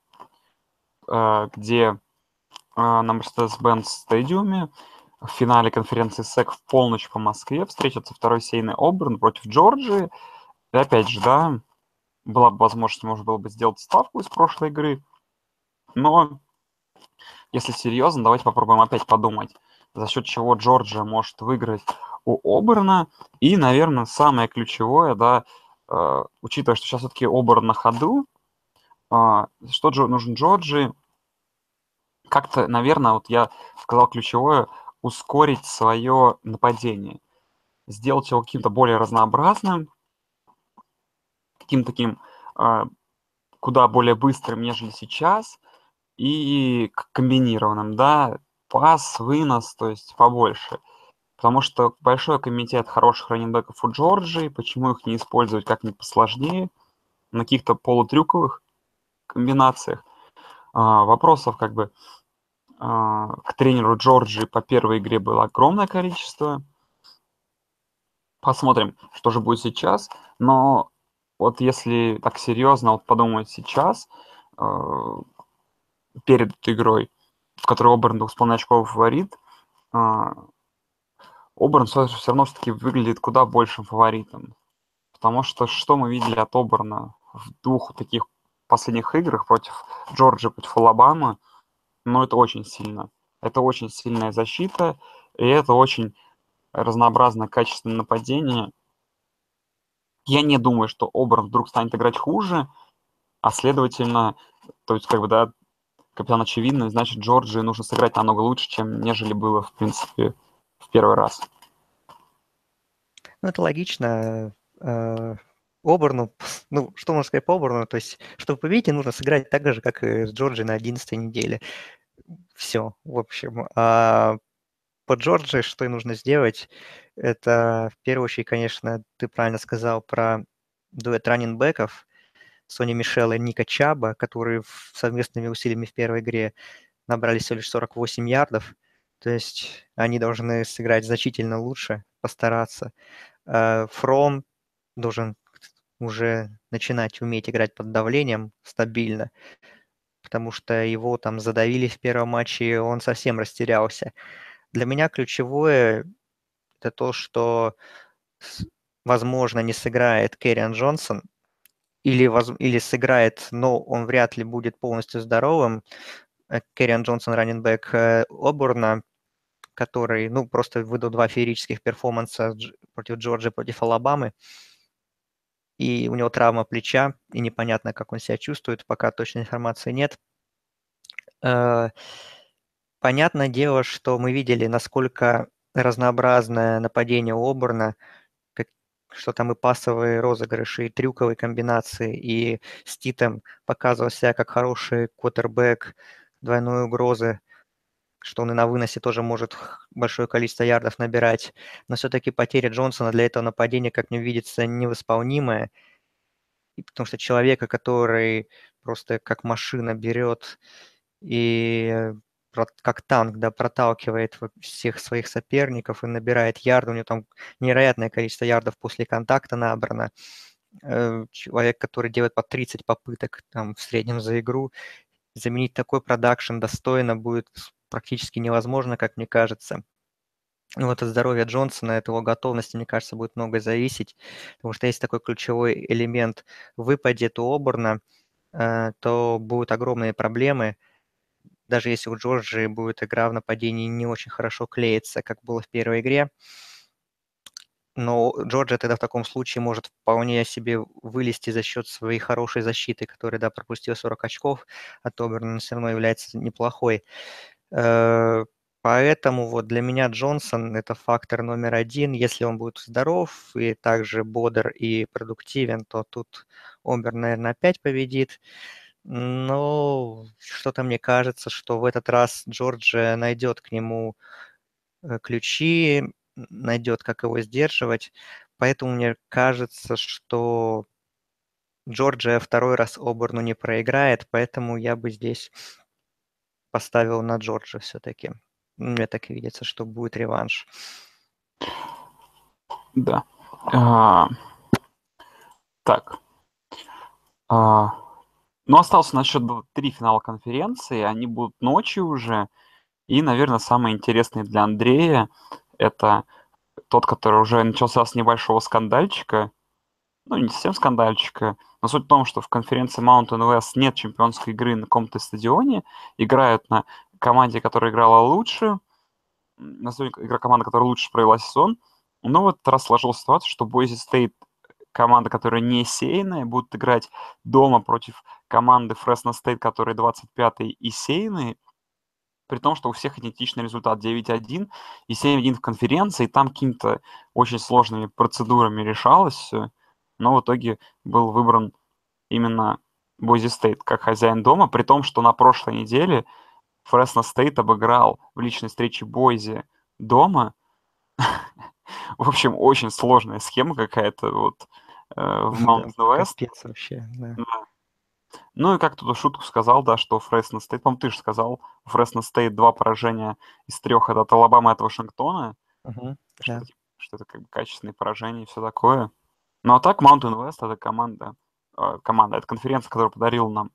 а, где а, на Mercedes-Benz стадиуме в финале конференции сэк в полночь по Москве встретится второй сейный Оберн против Джорджии. И опять же, да, была бы возможность, можно было бы сделать ставку из прошлой игры, но если серьезно, давайте попробуем опять подумать, за счет чего Джорджия может выиграть у Оберна. И, наверное, самое ключевое, да, э, учитывая, что сейчас все-таки Оберн на ходу, э, что Джо, нужен Джорджии? Как-то, наверное, вот я сказал ключевое, ускорить свое нападение, сделать его каким-то более разнообразным, каким-то таким э, куда более быстрым, нежели сейчас, и к- комбинированным, да, пас, вынос, то есть побольше. Потому что большой комитет хороших раненбеков у Джорджии, почему их не использовать как-нибудь посложнее, на каких-то полутрюковых комбинациях. А, вопросов как бы а, к тренеру Джорджии по первой игре было огромное количество. Посмотрим, что же будет сейчас. Но вот если так серьезно вот подумать сейчас, а, перед этой игрой, в которой Оберн с половиной очков фаворит, а, Оберн все равно все-таки выглядит куда большим фаворитом. Потому что что мы видели от Оберна в двух таких последних играх против Джорджии, против Алабамы, ну, это очень сильно. Это очень сильная защита, и это очень разнообразное, качественное нападение. Я не думаю, что Оберн вдруг станет играть хуже, а следовательно, то есть, как бы, да, капитан очевидный, значит, Джорджии нужно сыграть намного лучше, чем нежели было, в принципе, в первый раз. Ну, это логично. Э, Оберну, ну, что можно сказать по Оберну? То есть, чтобы победить, нужно сыграть так же, как и с Джорджией на одиннадцатой неделе. Все, в общем. А по Джорджии что и нужно сделать, это в первую очередь, конечно, ты правильно сказал про дуэт раннинбеков Сони Мишел и Ника Чаба, которые в- совместными усилиями в первой игре набрали всего лишь сорок восемь ярдов. То есть они должны сыграть значительно лучше, постараться. Э, Фром должен уже начинать уметь играть под давлением стабильно, потому что его там задавили в первом матче, и он совсем растерялся. Для меня ключевое это то, что, с- возможно, не сыграет Керриан Джонсон, или, воз- или сыграет, но он вряд ли будет полностью здоровым. Э, Керриан Джонсон, раннинбэк э, Оберна, который, ну, просто выдал два феерических перформанса дж- против Джорджии, против Алабамы, и у него травма плеча, и непонятно, как он себя чувствует, пока точной информации нет. Э, Понятное дело, что мы видели, насколько разнообразное нападение у Оберна, как- что там и пасовые розыгрыши, и трюковые комбинации, и Ститем показывал себя как хороший квотербек двойной угрозы, что он и на выносе тоже может х- большое количество ярдов набирать. Но все-таки потеря Джонсона для этого нападения, как мне видится, невосполнимая. И потому что человека, который просто как машина берет и прот как танк, да, проталкивает во всех своих соперников и набирает ярды. У него там невероятное количество ярдов после контакта набрано. Э, человек, который делает по тридцать попыток там в среднем за игру. Заменить такой продакшн достойно будет с практически невозможно, как мне кажется. Ну, вот от здоровья Джонсона, от его готовности, мне кажется, будет многое зависеть, потому что есть такой ключевой элемент выпадет у Оберна, э, то будут огромные проблемы. Даже если у Джорджии будет игра в нападении не очень хорошо клеится, как было в первой игре, но Джорджия тогда в таком случае может вполне себе вылезти за счет своей хорошей защиты, которая, да, пропустила сорок очков от Оберна, но все равно является неплохой. Э, Поэтому вот для меня Джонсон – это фактор номер один. Если он будет здоров и также бодр и продуктивен, то тут Оберн, наверное, опять победит. Но что-то мне кажется, что в этот раз Джорджия найдет к нему э, ключи. найдет, как его сдерживать. Поэтому мне кажется, что Джорджия второй раз Оберну не проиграет, поэтому я бы здесь поставил на Джорджию все-таки. Мне так видится, что будет реванш. Да. А, так. А, ну, остался на счет три финала конференции. Они будут ночью уже. И, наверное, самый интересный для Андрея — это тот, который уже начался с небольшого скандальчика. Ну, не совсем скандальчика. Но суть в том, что в конференции Mountain West нет чемпионской игры на каком-то стадионе. Играют на команде, которая играла лучше. На стадионе игра команда, которая лучше провела сезон. Но вот раз сложилась ситуация, что Boise State, команда, которая не сеянная, будут играть дома против команды Fresno State, которые двадцать пятые и сеянные. При том, что у всех идентичный результат девять один и семь один в конференции. И там какими-то очень сложными процедурами решалось все. Но в итоге был выбран именно Boise State как хозяин дома, при том, что на прошлой неделе Fresno State обыграл в личной встрече Boise дома. В общем, очень сложная схема какая-то вот э, в Да, Mountain West. капец вообще, да. Да. Ну и как тут шутку сказал, да, что Fresno State, по-моему, ты же сказал, у Fresno State два поражения из трех — это от Алабамы и от Вашингтона, Угу, что да. это, типа, что это как бы качественные поражения и все такое. Ну а так Mountain West — это команда, э, команда, это конференция, которая подарила нам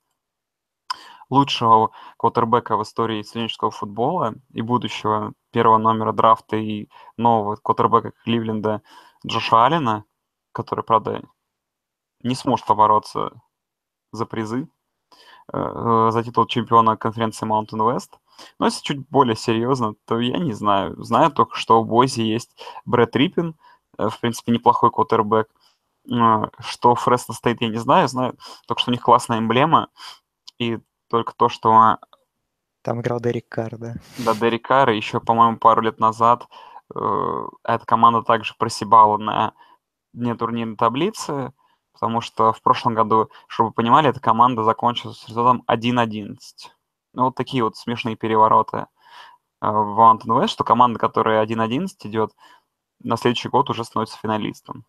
лучшего квотербека в истории студенческого футбола и будущего первого номера драфта и нового квотербека Кливленда Джоша Аллена, который, правда, не сможет побороться за призы, э, за титул чемпиона конференции Mountain West. Но если чуть более серьезно, то я не знаю. Знаю только, что у Бойзи есть Брэд Риппин, э, в принципе, неплохой квотербек. Э, Что Фресно Стейт, я не знаю. Знаю только, что у них классная эмблема. И только то, что Там играл Дерек Карр, да. до Дерек Карра еще, по-моему, пару лет назад э, эта команда также просебала на дне турнирной таблицы, потому что в прошлом году, чтобы вы понимали, эта команда закончилась с результатом один одиннадцать. Ну, вот такие вот смешные перевороты э, в Mountain West, что команда, которая один одиннадцать идет, на следующий год уже становится финалистом.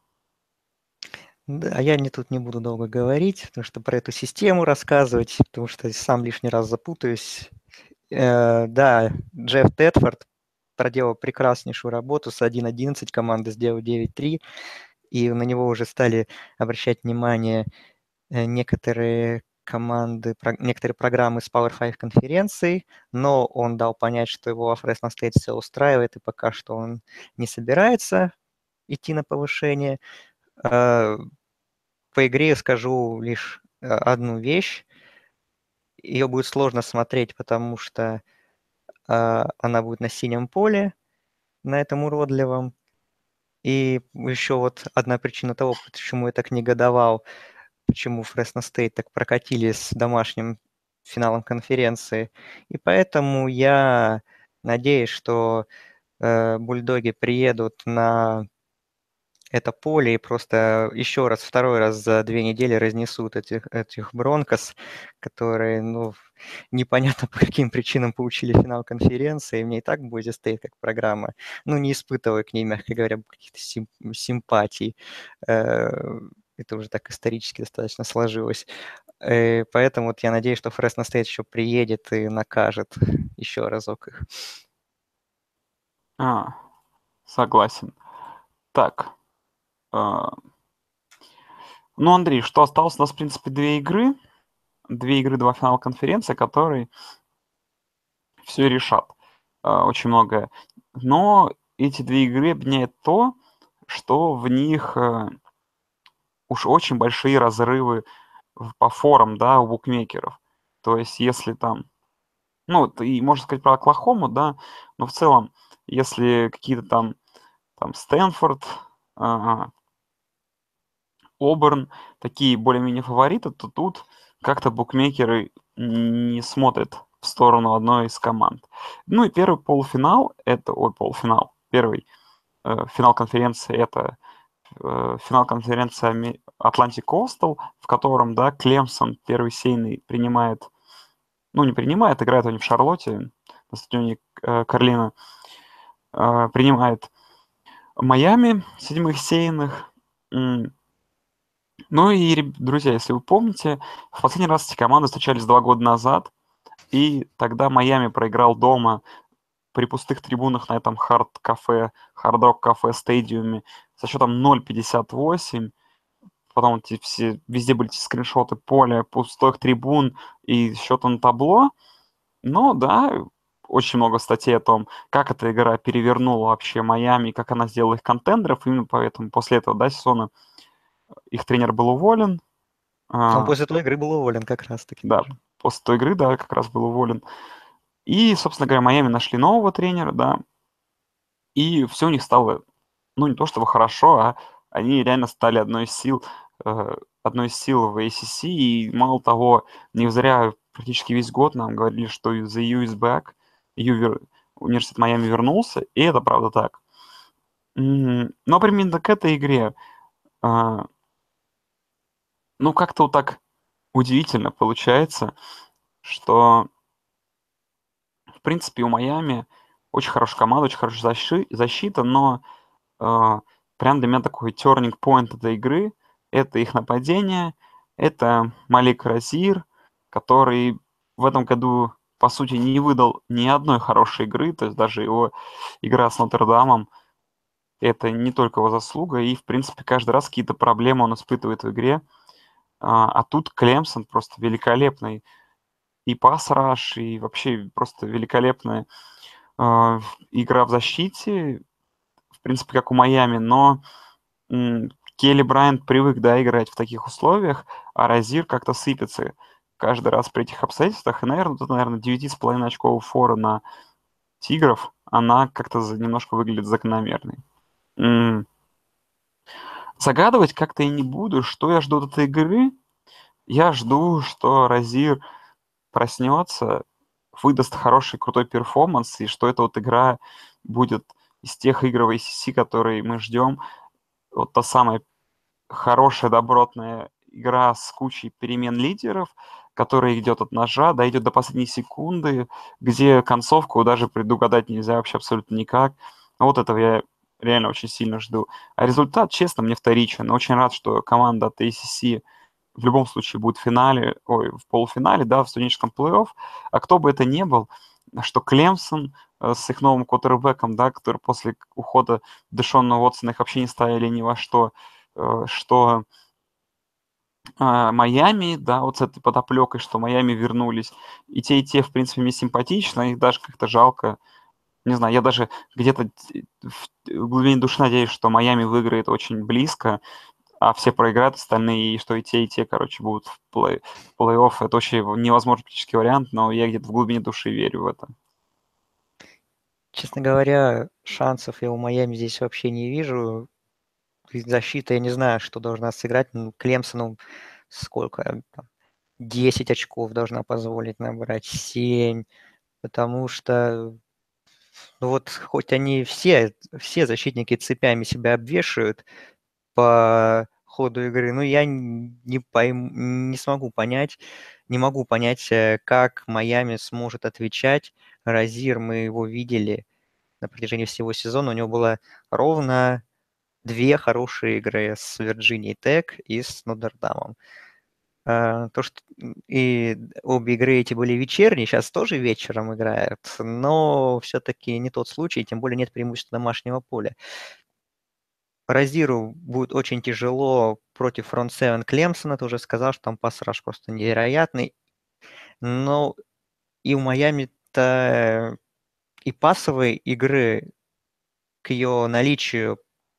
Да, а я не тут не буду долго говорить, потому что про эту систему рассказывать, потому что сам лишний раз запутаюсь. Э, да, Джефф Тедфорд проделал прекраснейшую работу с один одиннадцать, команда сделала девять три, и на него уже стали обращать внимание э, некоторые команды, про, некоторые программы с Power пять конференций, но он дал понять, что его Fresno State все устраивает, и пока что он не собирается идти на повышение. Э, По игре скажу лишь э, одну вещь. Ее будет сложно смотреть, потому что э, она будет на синем поле, на этом уродливом. И еще вот одна причина того, почему я так негодовал, почему Фресно Стейт так прокатили с домашним финалом конференции. И поэтому я надеюсь, что э, бульдоги приедут на это поле и просто еще раз, второй раз за две недели разнесут этих, этих Бронкос, которые, ну, непонятно по каким причинам получили финал конференции. Мне и так Boise State как программа, ну, не испытываю к ней, мягко говоря, каких-то сим- симпатий. Э, Это уже так исторически достаточно сложилось. Э, Поэтому вот я надеюсь, что Fresno State еще приедет и накажет еще разок их. А, согласен. Так. э, Ну, Андрей, что осталось? У нас, в принципе, две игры. Две игры, два финала конференции, которые все решат. э, Очень многое. Но эти две игры объединяет то, что в них э, уж очень большие разрывы в- по форам, да, у букмекеров. То есть, если там, ну, вот и можно сказать про Оклахому, да, но в целом, если какие-то там, там Стэнфорд, а, Оберн, такие более-менее фавориты, то тут как-то букмекеры не смотрят в сторону одной из команд. Ну и первый полуфинал, это, ой, полуфинал, первый э, финал конференции, это э, финал конференции Ами- Atlantic Coastal, в котором, да, Клемсон, первый сейный, принимает, ну, не принимает, играет они в Шарлотте, на стадионе э, Карлина, э, принимает Майами, седьмых сеянных. Ну и, друзья, если вы помните, в последний раз эти команды встречались два года назад, и тогда Майами проиграл дома при пустых трибунах на этом хард-кафе, хард-рок-кафе стадиуме со счетом ноль пятьдесят восемь. Потом эти все, везде были эти скриншоты поля, пустых трибун и счета на табло. Но да, очень много статей о том, как эта игра перевернула вообще Майами, как она сделала их контендеров. Именно поэтому после этого, да, сезона их тренер был уволен. Он после той игры был уволен как раз-таки Да, тоже. после той игры, да, как раз был уволен. И, собственно говоря, Майами нашли нового тренера, да, и все у них стало, ну, не то чтобы хорошо, а они реально стали одной из сил, э, одной из сил в эй си си, и мало того, не зря практически весь год нам говорили, что the U is back, U вер... университет Майами вернулся, и это правда так. Но примерно к этой игре, а, ну, как-то вот так удивительно получается, что в принципе, у Майами очень хорошая команда, очень хорошая защи- защита, но э, прям для меня такой turning point этой игры — это их нападение, это Малик Розир, который в этом году, по сути, не выдал ни одной хорошей игры, то есть даже его игра с Нотр-Дамом — это не только его заслуга, и, в принципе, каждый раз какие-то проблемы он испытывает в игре. А, а тут Клемсон просто великолепный и пас-раш, и вообще просто великолепная а, игра в защите, в принципе, как у Майами, но м, Келли Брайант привык, да, играть в таких условиях, а Розир как-то сыпется каждый раз при этих обстоятельствах. И, наверное, тут, наверное, девять с половиной очкового фора на Тигров, она как-то за- немножко выглядит закономерной. М, Загадывать как-то и не буду, что я жду от этой игры. Я жду, что Розир проснется, выдаст хороший, крутой перформанс, и что эта вот игра будет из тех игр в эй си си, которые мы ждем. Вот та самая хорошая, добротная игра с кучей перемен лидеров, которая идет от ножа, да, идет до последней секунды, где концовку даже предугадать нельзя вообще абсолютно никак. Вот этого я реально очень сильно жду. А результат, честно, мне вторичен. Очень рад, что команда от эй си си в любом случае будет в финале, ой, в полуфинале, да, в студенческом плей-офф. А кто бы это ни был, что Клемсон э, с их новым квотербеком, да, который после ухода Дэшона Уотсона их вообще не ставили ни во что, э, что э, Майами, да, вот с этой подоплекой, что Майами вернулись. И те, и те, в принципе, мне симпатично, их даже как-то жалко. Не знаю, я даже где-то в глубине души надеюсь, что Майами выиграет очень близко, а все проиграют остальные, и что и те, и те, короче, будут в плей- в плей-офф. Это вообще невозможный практически вариант, но я где-то в глубине души верю в это. Честно говоря, шансов я у Майами здесь вообще не вижу. И защита, я не знаю, что должна сыграть. Ну, Клемсону сколько там, десять очков должна позволить набрать, семь, потому что, ну вот, хоть они все, все защитники цепями себя обвешивают по ходу игры, но я н- не пойму, не смогу понять, не могу понять, э, как Майами сможет отвечать. Розир, мы его видели на протяжении всего сезона, у него было ровно две хорошие игры с Вирджинией Тек и с Нотр-Дамом. А, то, что и обе игры эти были вечерние, сейчас тоже вечером играют, но все-таки не тот случай, тем более нет преимущества домашнего поля. Розиру будет очень тяжело против фронт семь Клемсона, ты уже сказал, что там пас-раш просто невероятный, но и у Майами-то и пасовой игры к ее наличию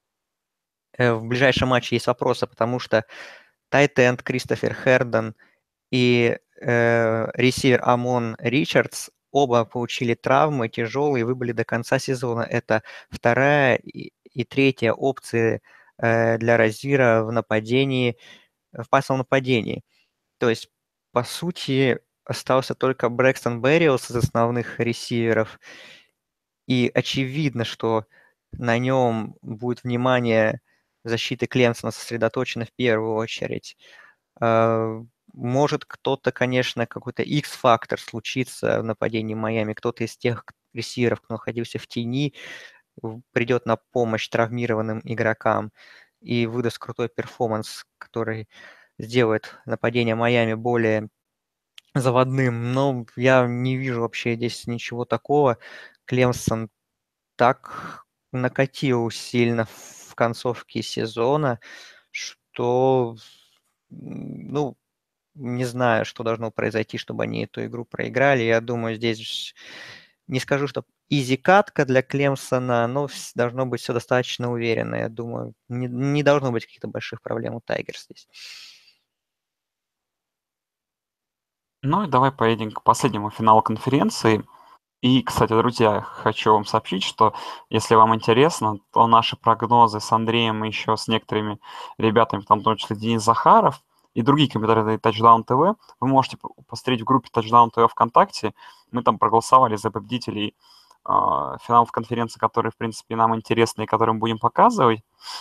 э, в ближайшем матче есть вопросы, потому что тайт-энд Кристофер Хердон и э, ресивер Амон Ричардс оба получили травмы тяжелые, выбыли до конца сезона. Это вторая и, и третья опции э, для Розира в нападении, в пасовом нападении. То есть, по сути, остался только Брэкстон Берриэлс из основных ресиверов, и очевидно, что на нем будет внимание защиты Клемсона сосредоточено в первую очередь. А, может кто-то, конечно, какой-то X-фактор случится в нападении Майами, кто-то из тех ресиверов, кто находился в тени, придет на помощь травмированным игрокам и выдаст крутой перформанс, который сделает нападение Майами более заводным. Но я не вижу вообще здесь ничего такого. Клемсон так накатил сильно в концовке сезона, что, ну, не знаю, что должно произойти, чтобы они эту игру проиграли. Я думаю, здесь не скажу, что изи-катка для Клемсона, но должно быть все достаточно уверенно. Я думаю, не, не должно быть каких-то больших проблем у Тайгерс здесь. Ну и давай поедем к последнему финалу конференции. И, кстати, друзья, хочу вам сообщить, что если вам интересно, то наши прогнозы с Андреем и еще с некоторыми ребятами, там, в том числе Денис Захаров и другие комментаторы Touchdown ти ви, вы можете посмотреть в группе Touchdown ти ви ВКонтакте. Мы там проголосовали за победителей э, финалов конференции, которые, в принципе, нам интересны и которые мы будем показывать.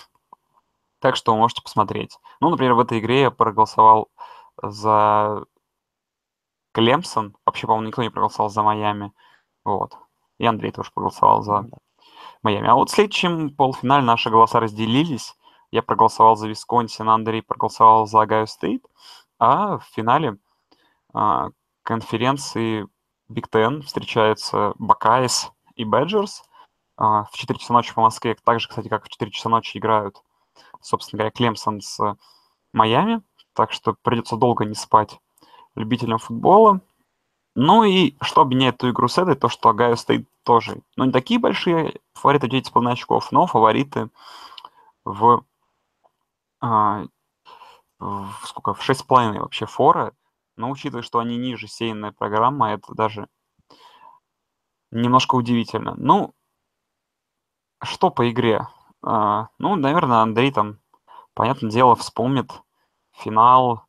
Так что вы можете посмотреть. Ну, например, в этой игре я проголосовал за Клемсон. Вообще, по-моему, никто не проголосовал за Майами. Вот. И Андрей тоже проголосовал за Майами. А вот в следующем полуфинале наши голоса разделились. Я проголосовал за Висконсин, Андрей проголосовал за Огайо Стейт. А в финале а, конференции Биг Ten встречаются Бакайс и Бэджерс. А, в четыре часа ночи по Москве. Так же, кстати, как в четыре часа ночи играют, собственно говоря, Клемсон с Майами. Так что придется долго не спать любителям футбола. Ну и что объединяет эту игру с этой, то, что Огайо Стейт тоже, ну, не такие большие фавориты, девять с половиной очков, но фавориты в, а, в сколько, в шесть с половиной вообще фора. Но учитывая, что они ниже сейная программа, это даже немножко удивительно. Ну, что по игре? А, ну, наверное, Андрей там, понятное дело, вспомнит финал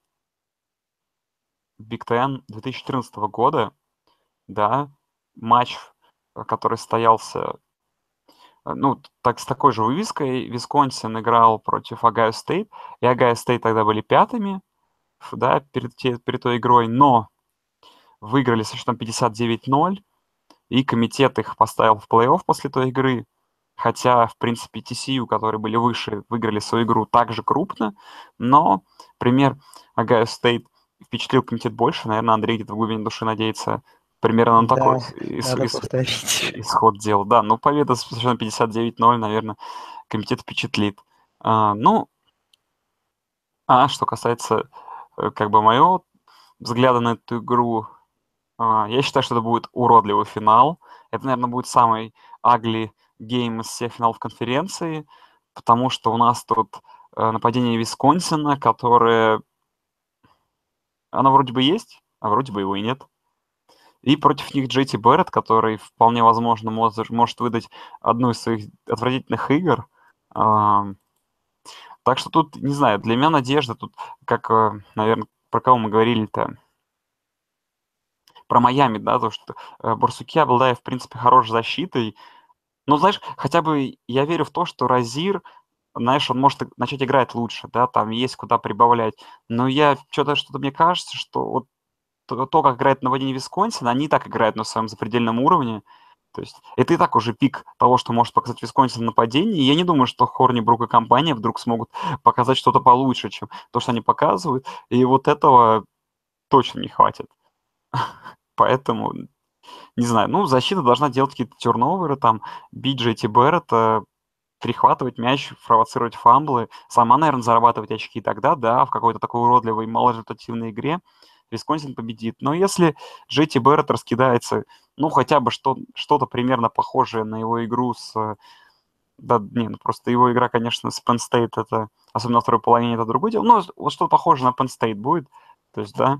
Биг Ten две тысячи четырнадцатого года, да, матч, который состоялся, ну, так, с такой же вывеской. Висконсин играл против Огайо Стейт, и Огайо Стейт тогда были пятыми, да, перед, те, перед той игрой, но выиграли со счетом пятьдесят девять ноль, и комитет их поставил в плей-офф после той игры, хотя, в принципе, ти си ю, которые были выше, выиграли свою игру также крупно, но пример Огайо Стейт впечатлил комитет больше. Наверное, Андрей где-то в глубине души надеется примерно на такой Да, ис- надо ис- повторить. исход дела. Да, ну победа с счетом пятьдесят девять ноль, наверное, комитет впечатлит. А, ну, а что касается э, как бы моего взгляда на эту игру, а, я считаю, что это будет уродливый финал. Это, наверное, будет самый ugly гейм из всех финалов конференции, потому что у нас тут э, нападение Висконсина, которое... Оно вроде бы есть, а вроде бы его и нет. И против них Джей Ти Берретт, который вполне возможно может, может выдать одну из своих отвратительных игр. А, так что тут, не знаю, для меня надежда тут, как, э, наверное, про кого мы говорили-то, про Майами, да, то, что э, Барсуки, обладая, в принципе, хорошей защитой. Ну, знаешь, хотя бы я верю в то, что Розир, знаешь, он может начать играть лучше, да, там есть куда прибавлять. Но я что-то, что-то мне кажется, что вот то, то, как играет нападение Висконсина, они и так играют на своем запредельном уровне. То есть это и так уже пик того, что может показать Висконсин в нападении. И я не думаю, что Хорни, Брук и компания вдруг смогут показать что-то получше, чем то, что они показывают. И вот этого точно не хватит. Поэтому, не знаю, ну, защита должна делать какие-то терноверы, там, бить Джей Ти Берретта, перехватывать мяч, провоцировать фамблы, сама, наверное, зарабатывать очки. Тогда, да, в какой-то такой уродливой, малорезультативной игре Висконсин победит. Но если Джей Ти Берретт раскидается, ну, хотя бы что, что-то примерно похожее на его игру с... Да, не, ну просто его игра, конечно, с Penn State, это, особенно во второй половине, это другое дело. Но вот что-то похожее на Penn State будет, то есть, да,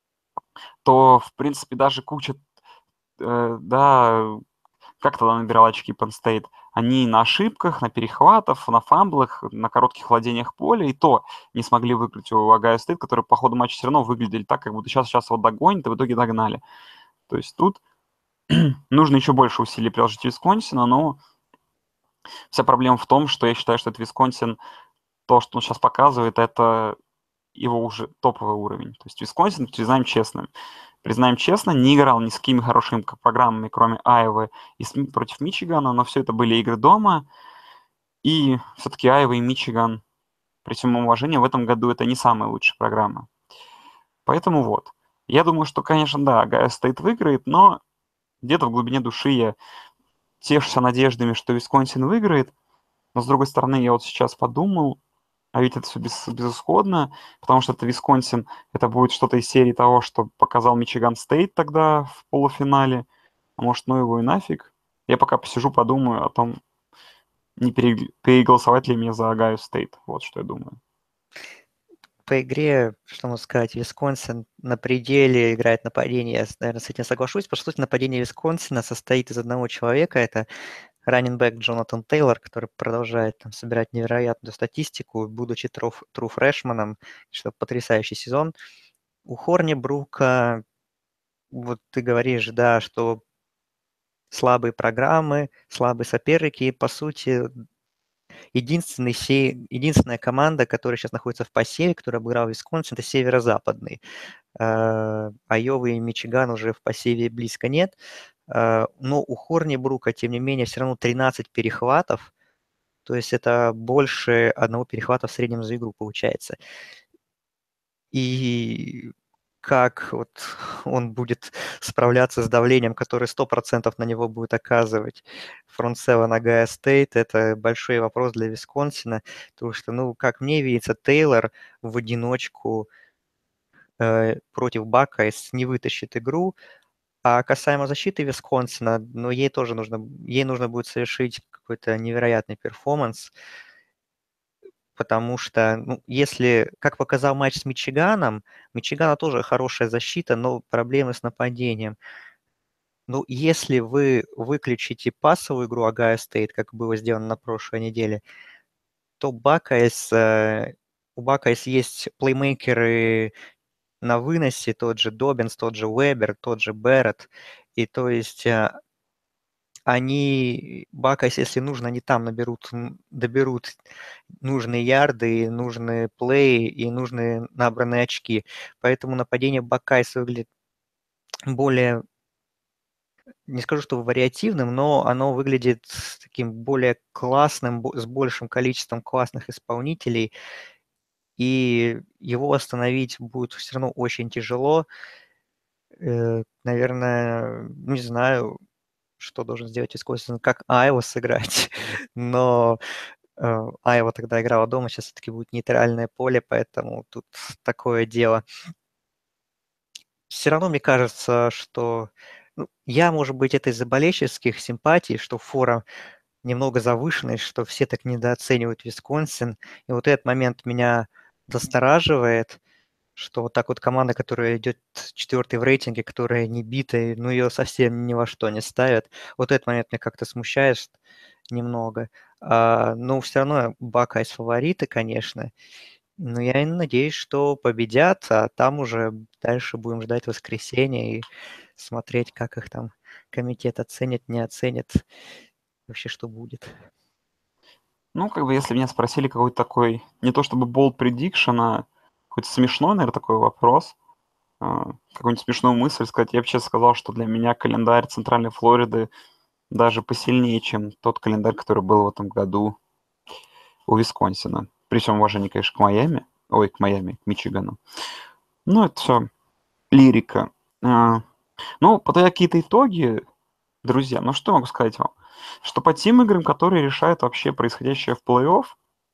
то, в принципе, даже куча, э, да, как тогда набирал очки Penn State? Они на ошибках, на перехватах, на фамблах, на коротких владениях поля, и то не смогли выиграть у Огайо Стейт, которые по ходу матча все равно выглядели так, как будто сейчас, сейчас вот догонят, и в итоге догнали. То есть тут нужно еще больше усилий приложить Висконсина, но вся проблема в том, что я считаю, что это Висконсин, то, что он сейчас показывает, это его уже топовый уровень. То есть Висконсин, признаем честно, признаем честно, не играл ни с какими хорошими программами, кроме Айовы и с- против Мичигана, но все это были игры дома. И все-таки Айова и Мичиган, при всем уважении, в этом году это не самая лучшая программа. Поэтому вот. Я думаю, что, конечно, да, Огайо Стейт выиграет, но где-то в глубине души я тешуся надеждами, что Висконсин выиграет. Но, с другой стороны, я вот сейчас подумал, а ведь это все без, безысходно, потому что это Висконсин, это будет что-то из серии того, что показал Мичиган Стейт тогда в полуфинале. А может, ну его и нафиг. Я пока посижу, подумаю о том, не пере- переголосовать ли мне за Огайо Стейт. Вот что я думаю. По игре, что можно сказать, Висконсин на пределе играет нападение. Я, наверное, с этим соглашусь. По сути, нападение Висконсина состоит из одного человека. Это раннинбэк Джонатан Тейлор, который продолжает там, собирать невероятную статистику, будучи тру, тру фрешманом, что потрясающий сезон. У Хорнибрука, вот ты говоришь, да, что слабые программы, слабые соперники, и, по сути, единственный се... единственная команда, которая сейчас находится в посеве, которая обыграла Висконсин, это северо-западный. Айовы и Мичиган уже в посеве близко нет. Но у Хорнибрука, тем не менее, все равно тринадцать перехватов. То есть это больше одного перехвата в среднем за игру получается. И как вот он будет справляться с давлением, которое сто процентов на него будет оказывать фронт севен Огайо Стейт, это большой вопрос для Висконсина, потому что, ну, как мне видится, Тейлор в одиночку э, против Бакайс не вытащит игру, а касаемо защиты Висконсина, ну, ей тоже нужно, ей нужно будет совершить какой-то невероятный перформанс, потому что, ну, если, как показал матч с Мичиганом, Мичигана тоже хорошая защита, но проблемы с нападением. Ну, если вы выключите пасовую игру Огайо Стейт, как было сделано на прошлой неделе, то Бакайс, э, у Бакайс есть плеймейкеры на выносе, тот же Добинс, тот же Уэбер, тот же Берретт, и то есть э, они, Бакайс, если нужно, они там наберут, доберут нужные ярды, нужные плей и нужные набранные очки. Поэтому нападение Бакайс выглядит более, не скажу, что вариативным, но оно выглядит таким более классным, с большим количеством классных исполнителей, и его остановить будет все равно очень тяжело. Э, наверное, не знаю, что должен сделать Висконсин, как Айва сыграть, но э, Айва тогда играла дома, сейчас все-таки будет нейтральное поле, поэтому тут такое дело. Все равно мне кажется, что ну, я, может быть, это из-за болельщических симпатий, что фора немного завышенный, что все так недооценивают Висконсин. И вот этот момент меня настораживает, что вот так вот команда, которая идет четвертый в рейтинге, которая не битая, ну ее совсем ни во что не ставят. Вот этот момент меня как-то смущает немного. А, но все равно Бакайс фавориты, конечно. Но я и надеюсь, что победят, а там уже дальше будем ждать воскресенья и смотреть, как их там комитет оценит, не оценит, вообще что будет. Ну, как бы, если меня спросили какой-то такой, не то чтобы bold prediction, а какой-то смешной, наверное, такой вопрос, а, какую-нибудь смешную мысль сказать, я бы сейчас сказал, что для меня календарь Центральной Флориды даже посильнее, чем тот календарь, который был в этом году у Висконсина. При всем уважении, конечно, к Майами, ой, к Майами, к Мичигану. Ну, это все лирика. А, Ну, подводя какие-то итоги, друзья, ну что могу сказать вам? Что по тем играм, которые решают вообще происходящее в плей-офф,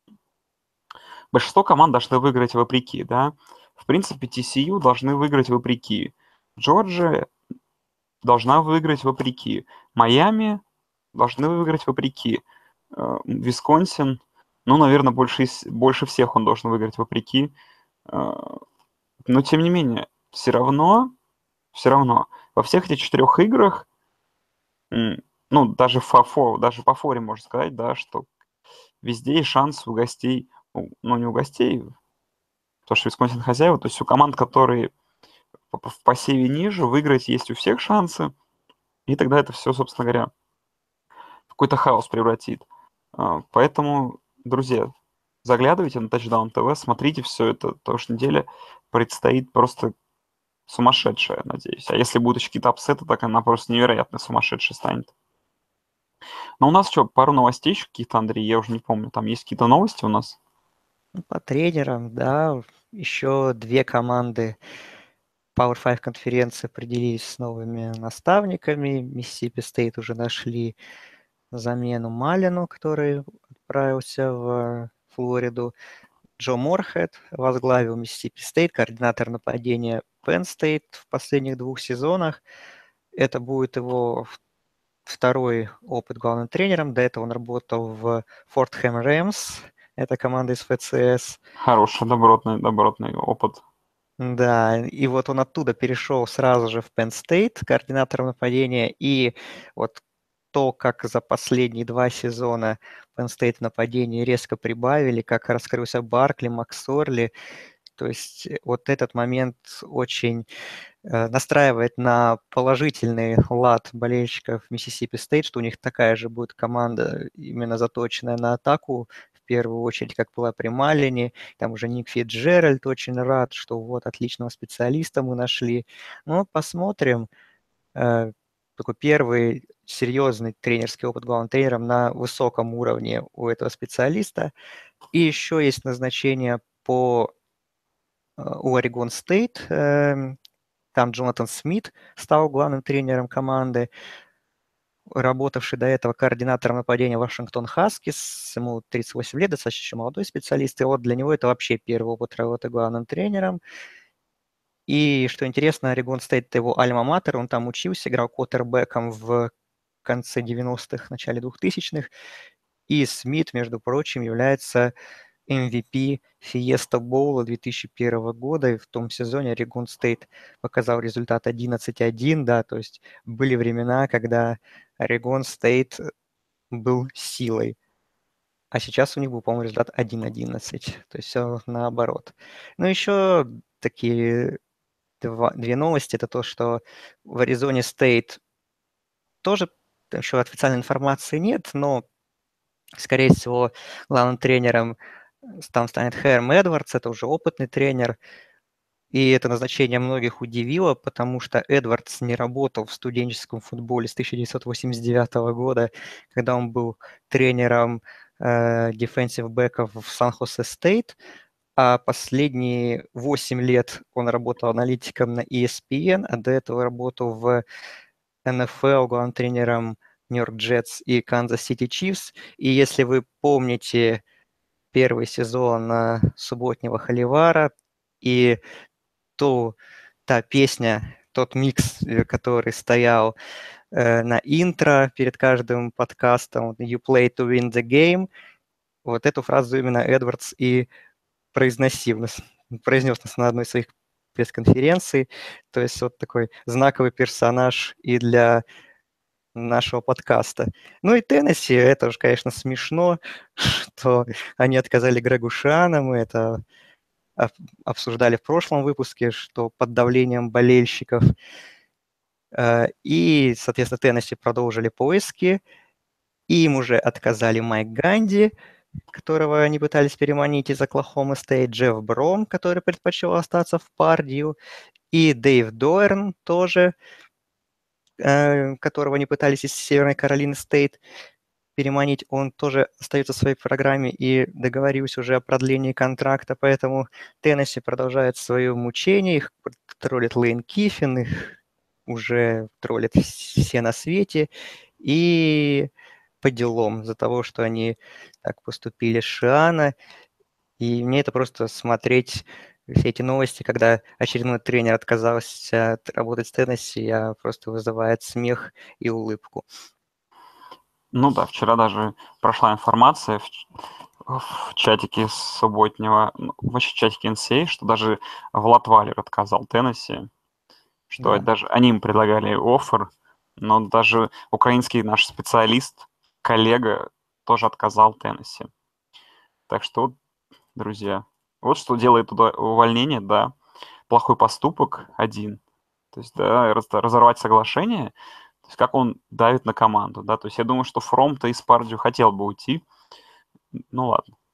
большинство команд должны выиграть вопреки, да. В принципе, ти си ю должны выиграть вопреки. Джорджия должна выиграть вопреки. Майами должны выиграть вопреки. Э, Висконсин, ну, наверное, больше, из- больше всех он должен выиграть вопреки. Э, Но, тем не менее, все равно, все равно, во всех этих четырех играх, м, ну, даже, фафо, даже по форе можно сказать, да, что везде есть шанс у гостей, у- ну, не у гостей, потому что Висконсин хозяева, то есть у команд, которые в в посеве ниже, выиграть есть у всех шансы, и тогда это все, собственно говоря, в какой-то хаос превратит. А, Поэтому, друзья, заглядывайте на Touchdown ти ви, смотрите все это, потому что неделя предстоит просто сумасшедшая, надеюсь. А если будут еще какие-то апсеты, так она просто невероятно сумасшедшей станет. Но у нас что, пару новостей еще каких-то, Андрей, я уже не помню. Там есть какие-то новости у нас? Ну, по тренерам, да, еще две команды Power пять конференции определились с новыми наставниками. Миссисипи Стейт уже нашли замену Малину, который отправился в Флориду. Джо Морхед возглавил Миссисипи Стейт, координатор нападения Penn State в последних двух сезонах. Это будет его второй опыт главным тренером. До этого он работал в Форт Хэм Рэмс, это команда из эф си эс. Хороший, добротный, добротный опыт. Да, и вот он оттуда перешел сразу же в Penn State, координатором нападения, и вот то, как за последние два сезона Penn State нападение резко прибавили, как раскрылся Баркли, Максорли, то есть вот этот момент очень э, настраивает на положительный лад болельщиков Миссисипи Стейт, что у них такая же будет команда, именно заточенная на атаку, в первую очередь, как была при Малине. Там уже Ник Фитджеральд очень рад, что вот отличного специалиста мы нашли. Ну, посмотрим. Э, такой первый серьезный тренерский опыт главным тренером на высоком уровне у этого специалиста. И еще есть назначение по у Орегон Стейт. Там Джонатан Смит стал главным тренером команды, работавший до этого координатором нападения Вашингтон Хаскис. Ему тридцать восемь лет, достаточно еще молодой специалист. И вот для него это вообще первый опыт работы главным тренером. И что интересно, Орегон Стейт — это его альма-матер, он там учился, играл квотербеком в конце девяностых, начале двухтысячных. И Смит, между прочим, является эм ви пи Fiesta Bowl две тысячи первого года, и в том сезоне Орегон Стейт показал результат одиннадцать один, да, то есть были времена, когда Орегон Стейт был силой, а сейчас у них был, по-моему, результат один одиннадцать, то есть все наоборот. Ну, еще такие два, две новости, это то, что в Аризоне Стейт тоже еще официальной информации нет, но, скорее всего, главным тренером там станет Хэрм Эдвардс, это уже опытный тренер, и это назначение многих удивило, потому что Эдвардс не работал в студенческом футболе с тысяча девятьсот восемьдесят девятого года, когда он был тренером э, defensive бэков в Сан-Хосе Стейт, а последние восемь лет он работал аналитиком на и эс пи эн, а до этого работал в эн эф эл главным тренером Нью-Йорк Джетс и Канзас Сити Чифс. И если вы помните первый сезон э, субботнего Холивара и ту, та песня, тот микс, э, который стоял э, на интро перед каждым подкастом, «You play to win the game», вот эту фразу именно Эдвардс и произносил, произнес нас на одной из своих пресс-конференций. То есть вот такой знаковый персонаж и для нашего подкаста. Ну и Теннесси, это уж, конечно, смешно, что они отказали Грегу Шиану, мы это обсуждали в прошлом выпуске, что под давлением болельщиков. И, соответственно, Теннесси продолжили поиски, и им уже отказали Майк Ганди, которого они пытались переманить из Оклахомы Стейт, Джефф Бром, который предпочел остаться в Пардью, и Дэйв Доерн тоже, которого они пытались из Северной Каролины Стейт переманить, он тоже остается в своей программе и договорился уже о продлении контракта, поэтому Теннесси продолжает свое мучение, их троллит Лейн Киффин, их уже троллят все на свете, и по делам за того, что они так поступили с Шиана, и мне это просто смотреть все эти новости, когда очередной тренер отказался работать с Теннесси, я просто вызывает смех и улыбку. Ну да, вчера даже прошла информация в, в чатике субботнего, ну, вообще чатике эн си эй, что даже Влад Валер отказал Теннесси, что Да. даже они им предлагали оффер, но даже украинский наш специалист, коллега, тоже отказал Теннесси. Так что, друзья, вот что делает увольнение, да, плохой поступок один. То есть, да, разорвать соглашение, то есть как он давит на команду, да, то есть я думаю, что Фром-то из Пардию хотел бы уйти, ну ладно.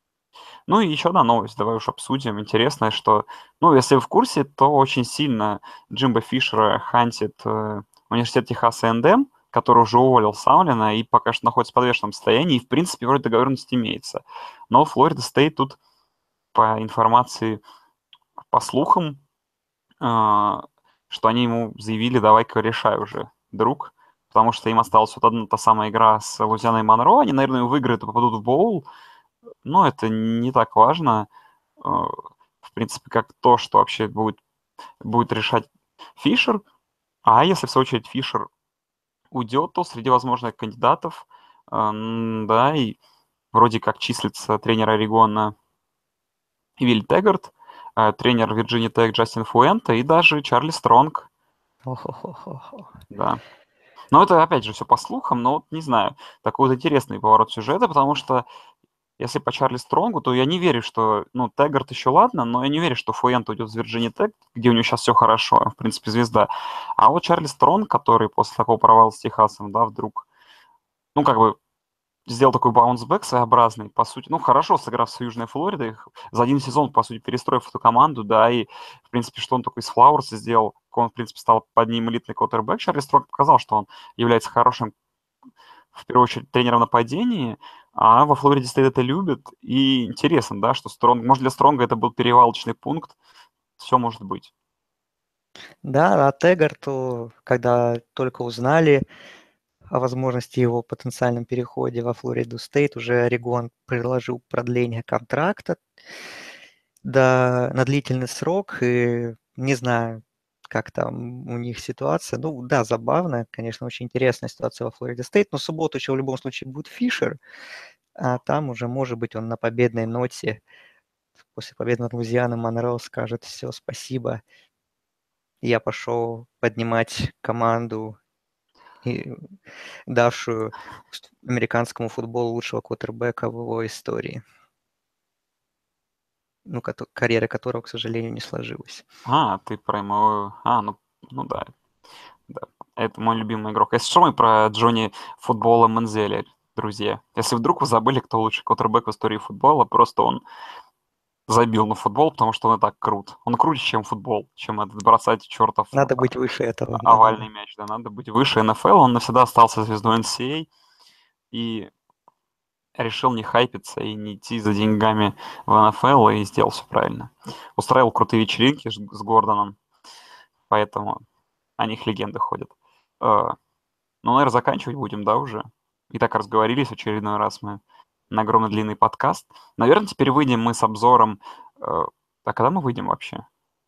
Ну и еще одна новость, давай уж обсудим. Интересно, что, ну, если вы в курсе, то очень сильно Джимбо Фишера хантит э, университет Техаса энд эм, который уже уволил Саулина и пока что находится в подвешенном состоянии, и, в принципе, вроде договоренность имеется. Но Флорида Стейт тут, по информации, по слухам, э, что они ему заявили, давай-ка решай уже, друг, потому что им осталась вот одна та самая игра с Лузианой Монро, они, наверное, ее выиграют и попадут в боул, но это не так важно, э, в принципе, как то, что вообще будет, будет решать Фишер. А если, в свою очередь, Фишер уйдет, то среди возможных кандидатов, э, м, да, и вроде как числится тренер Орегона Вилли Теггарт, э, тренер Вирджиния Тек Джастин Фуэнте и даже Чарли Стронг, Охо-хо-хо-хо. да. Но это, опять же, все по слухам, но вот не знаю, такой вот интересный поворот сюжета, потому что если по Чарли Стронгу, то я не верю, что, ну, Теггарт еще ладно, но я не верю, что Фуэнт уйдет с Вирджиния Тек, где у него сейчас все хорошо, в принципе, звезда. А вот Чарли Стронг, который после такого провала с Техасом, да, вдруг, ну, как бы сделал такой баунсбэк своеобразный, по сути, ну, хорошо сыграв с Южной Флоридой, за один сезон, по сути, перестроив эту команду, да, и, в принципе, что он такой из Флауэрса сделал, он, в принципе, стал под ним элитный квотербек, Чарли Стронг показал, что он является хорошим, в первую очередь, тренером нападения, а во Флориде Стейт это любят, и интересно, да, что Стронг, может, для Стронга это был перевалочный пункт, все может быть. Да, а Тегарту, когда только узнали о возможности его потенциальном переходе во Флориду Стейт, уже Орегон предложил продление контракта да, на длительный срок, и не знаю, как там у них ситуация. Ну да, забавно, конечно, очень интересная ситуация во Флориде Стейт, но в субботу еще в любом случае будет Фишер, а там уже, может быть, он на победной ноте после победы над Луизианой Монро скажет: все, спасибо, я пошел поднимать команду, и давшую американскому футболу лучшего квотербека в его истории, ну, кото карьера которого, к сожалению, не сложилась. А, ты про ему... А, ну, ну да, да. Это мой любимый игрок. Если что, мы про Джонни Футбола Манзеля, друзья. Если вдруг вы забыли, кто лучший квотербек в истории футбола, просто он забил на футбол, потому что он и так крут. Он круче, чем футбол, чем этот бросать чертов Надо быть выше этого, овальный да-да-да. мяч. Да, надо быть выше эн эф эл. Он навсегда остался звездой эн си эй эй и решил не хайпиться и не идти за деньгами в эн эф эл и сделал все правильно. Устраивал крутые вечеринки с с Гордоном, поэтому о них легенды ходят. Э, Ну, наверное, заканчивать будем, да, уже? И так разговорились в очередной раз мы на огромный длинный подкаст. Наверное, теперь выйдем мы с обзором... э, А когда мы выйдем вообще?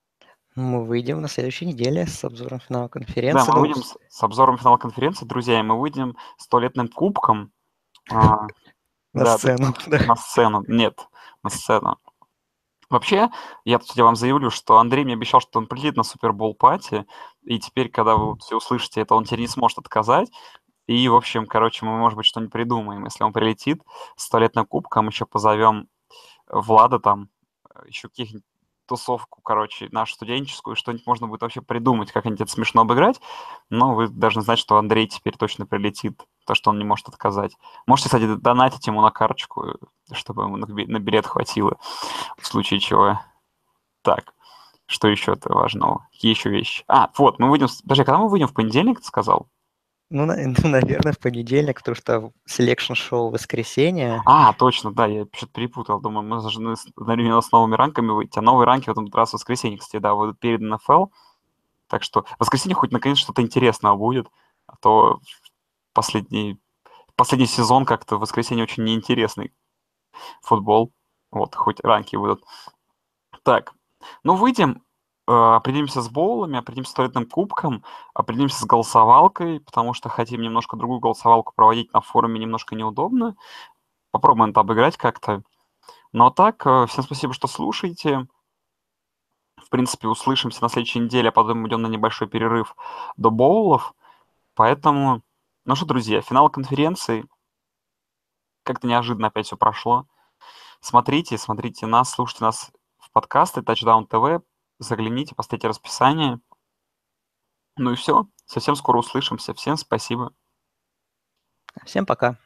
Мы выйдем на следующей неделе с обзором финала Да, конференции. мы Ну, выйдем с, с обзором финала конференции, друзья, и мы выйдем с туалетным кубком. А, на да, д- сцену, да. на сцену. Нет, на сцену. Вообще, я тут я вам заявлю, что Андрей мне обещал, что он прилетит на Супербол пати, и теперь, когда вы вот все услышите это, он теперь не сможет отказать. И, в общем, короче, мы, может быть, что-нибудь придумаем. Если он прилетит с туалетным кубком, еще позовем Влада там, э, еще каких-нибудь тусовку, короче, нашу студенческую, что-нибудь можно будет вообще придумать, как-нибудь это смешно обыграть. Но вы должны знать, что Андрей теперь точно прилетит, то, что он не может отказать. Можете, кстати, донатить ему на карточку, э, чтобы ему на би- на билет хватило, в случае чего. Так, что еще-то важного? Какие еще вещи? А, вот, мы выйдем... с- Подожди, а когда мы выйдем в понедельник, ты сказал? Ну, на ну, наверно, в понедельник, потому что селекшн-шоу в воскресенье. А, точно, да, я что-то перепутал. Думаю, мы должны с- одновременно с новыми ранками выйти. А новые ранки в этот раз в воскресенье, кстати, да, будут перед эн эф эл. Так что в воскресенье хоть наконец что-то интересного будет. А то последний, последний сезон как-то в воскресенье очень неинтересный футбол. Вот, хоть ранки будут. Так, ну выйдем, э, определимся с боулами, определимся с туалетным кубком, определимся с голосовалкой, потому что хотим немножко другую голосовалку проводить на форуме немножко неудобно. Попробуем это обыграть как-то. Ну а так, э, всем спасибо, что слушаете. В принципе, услышимся на следующей неделе, а потом идем на небольшой перерыв до боулов. Поэтому, ну что, друзья, финал конференции. Как-то неожиданно опять все прошло. Смотрите, смотрите нас, слушайте нас в подкасты Touchdown ти ви. Загляните, поставьте расписание. Ну и все. Совсем скоро услышимся. Всем спасибо. Всем пока.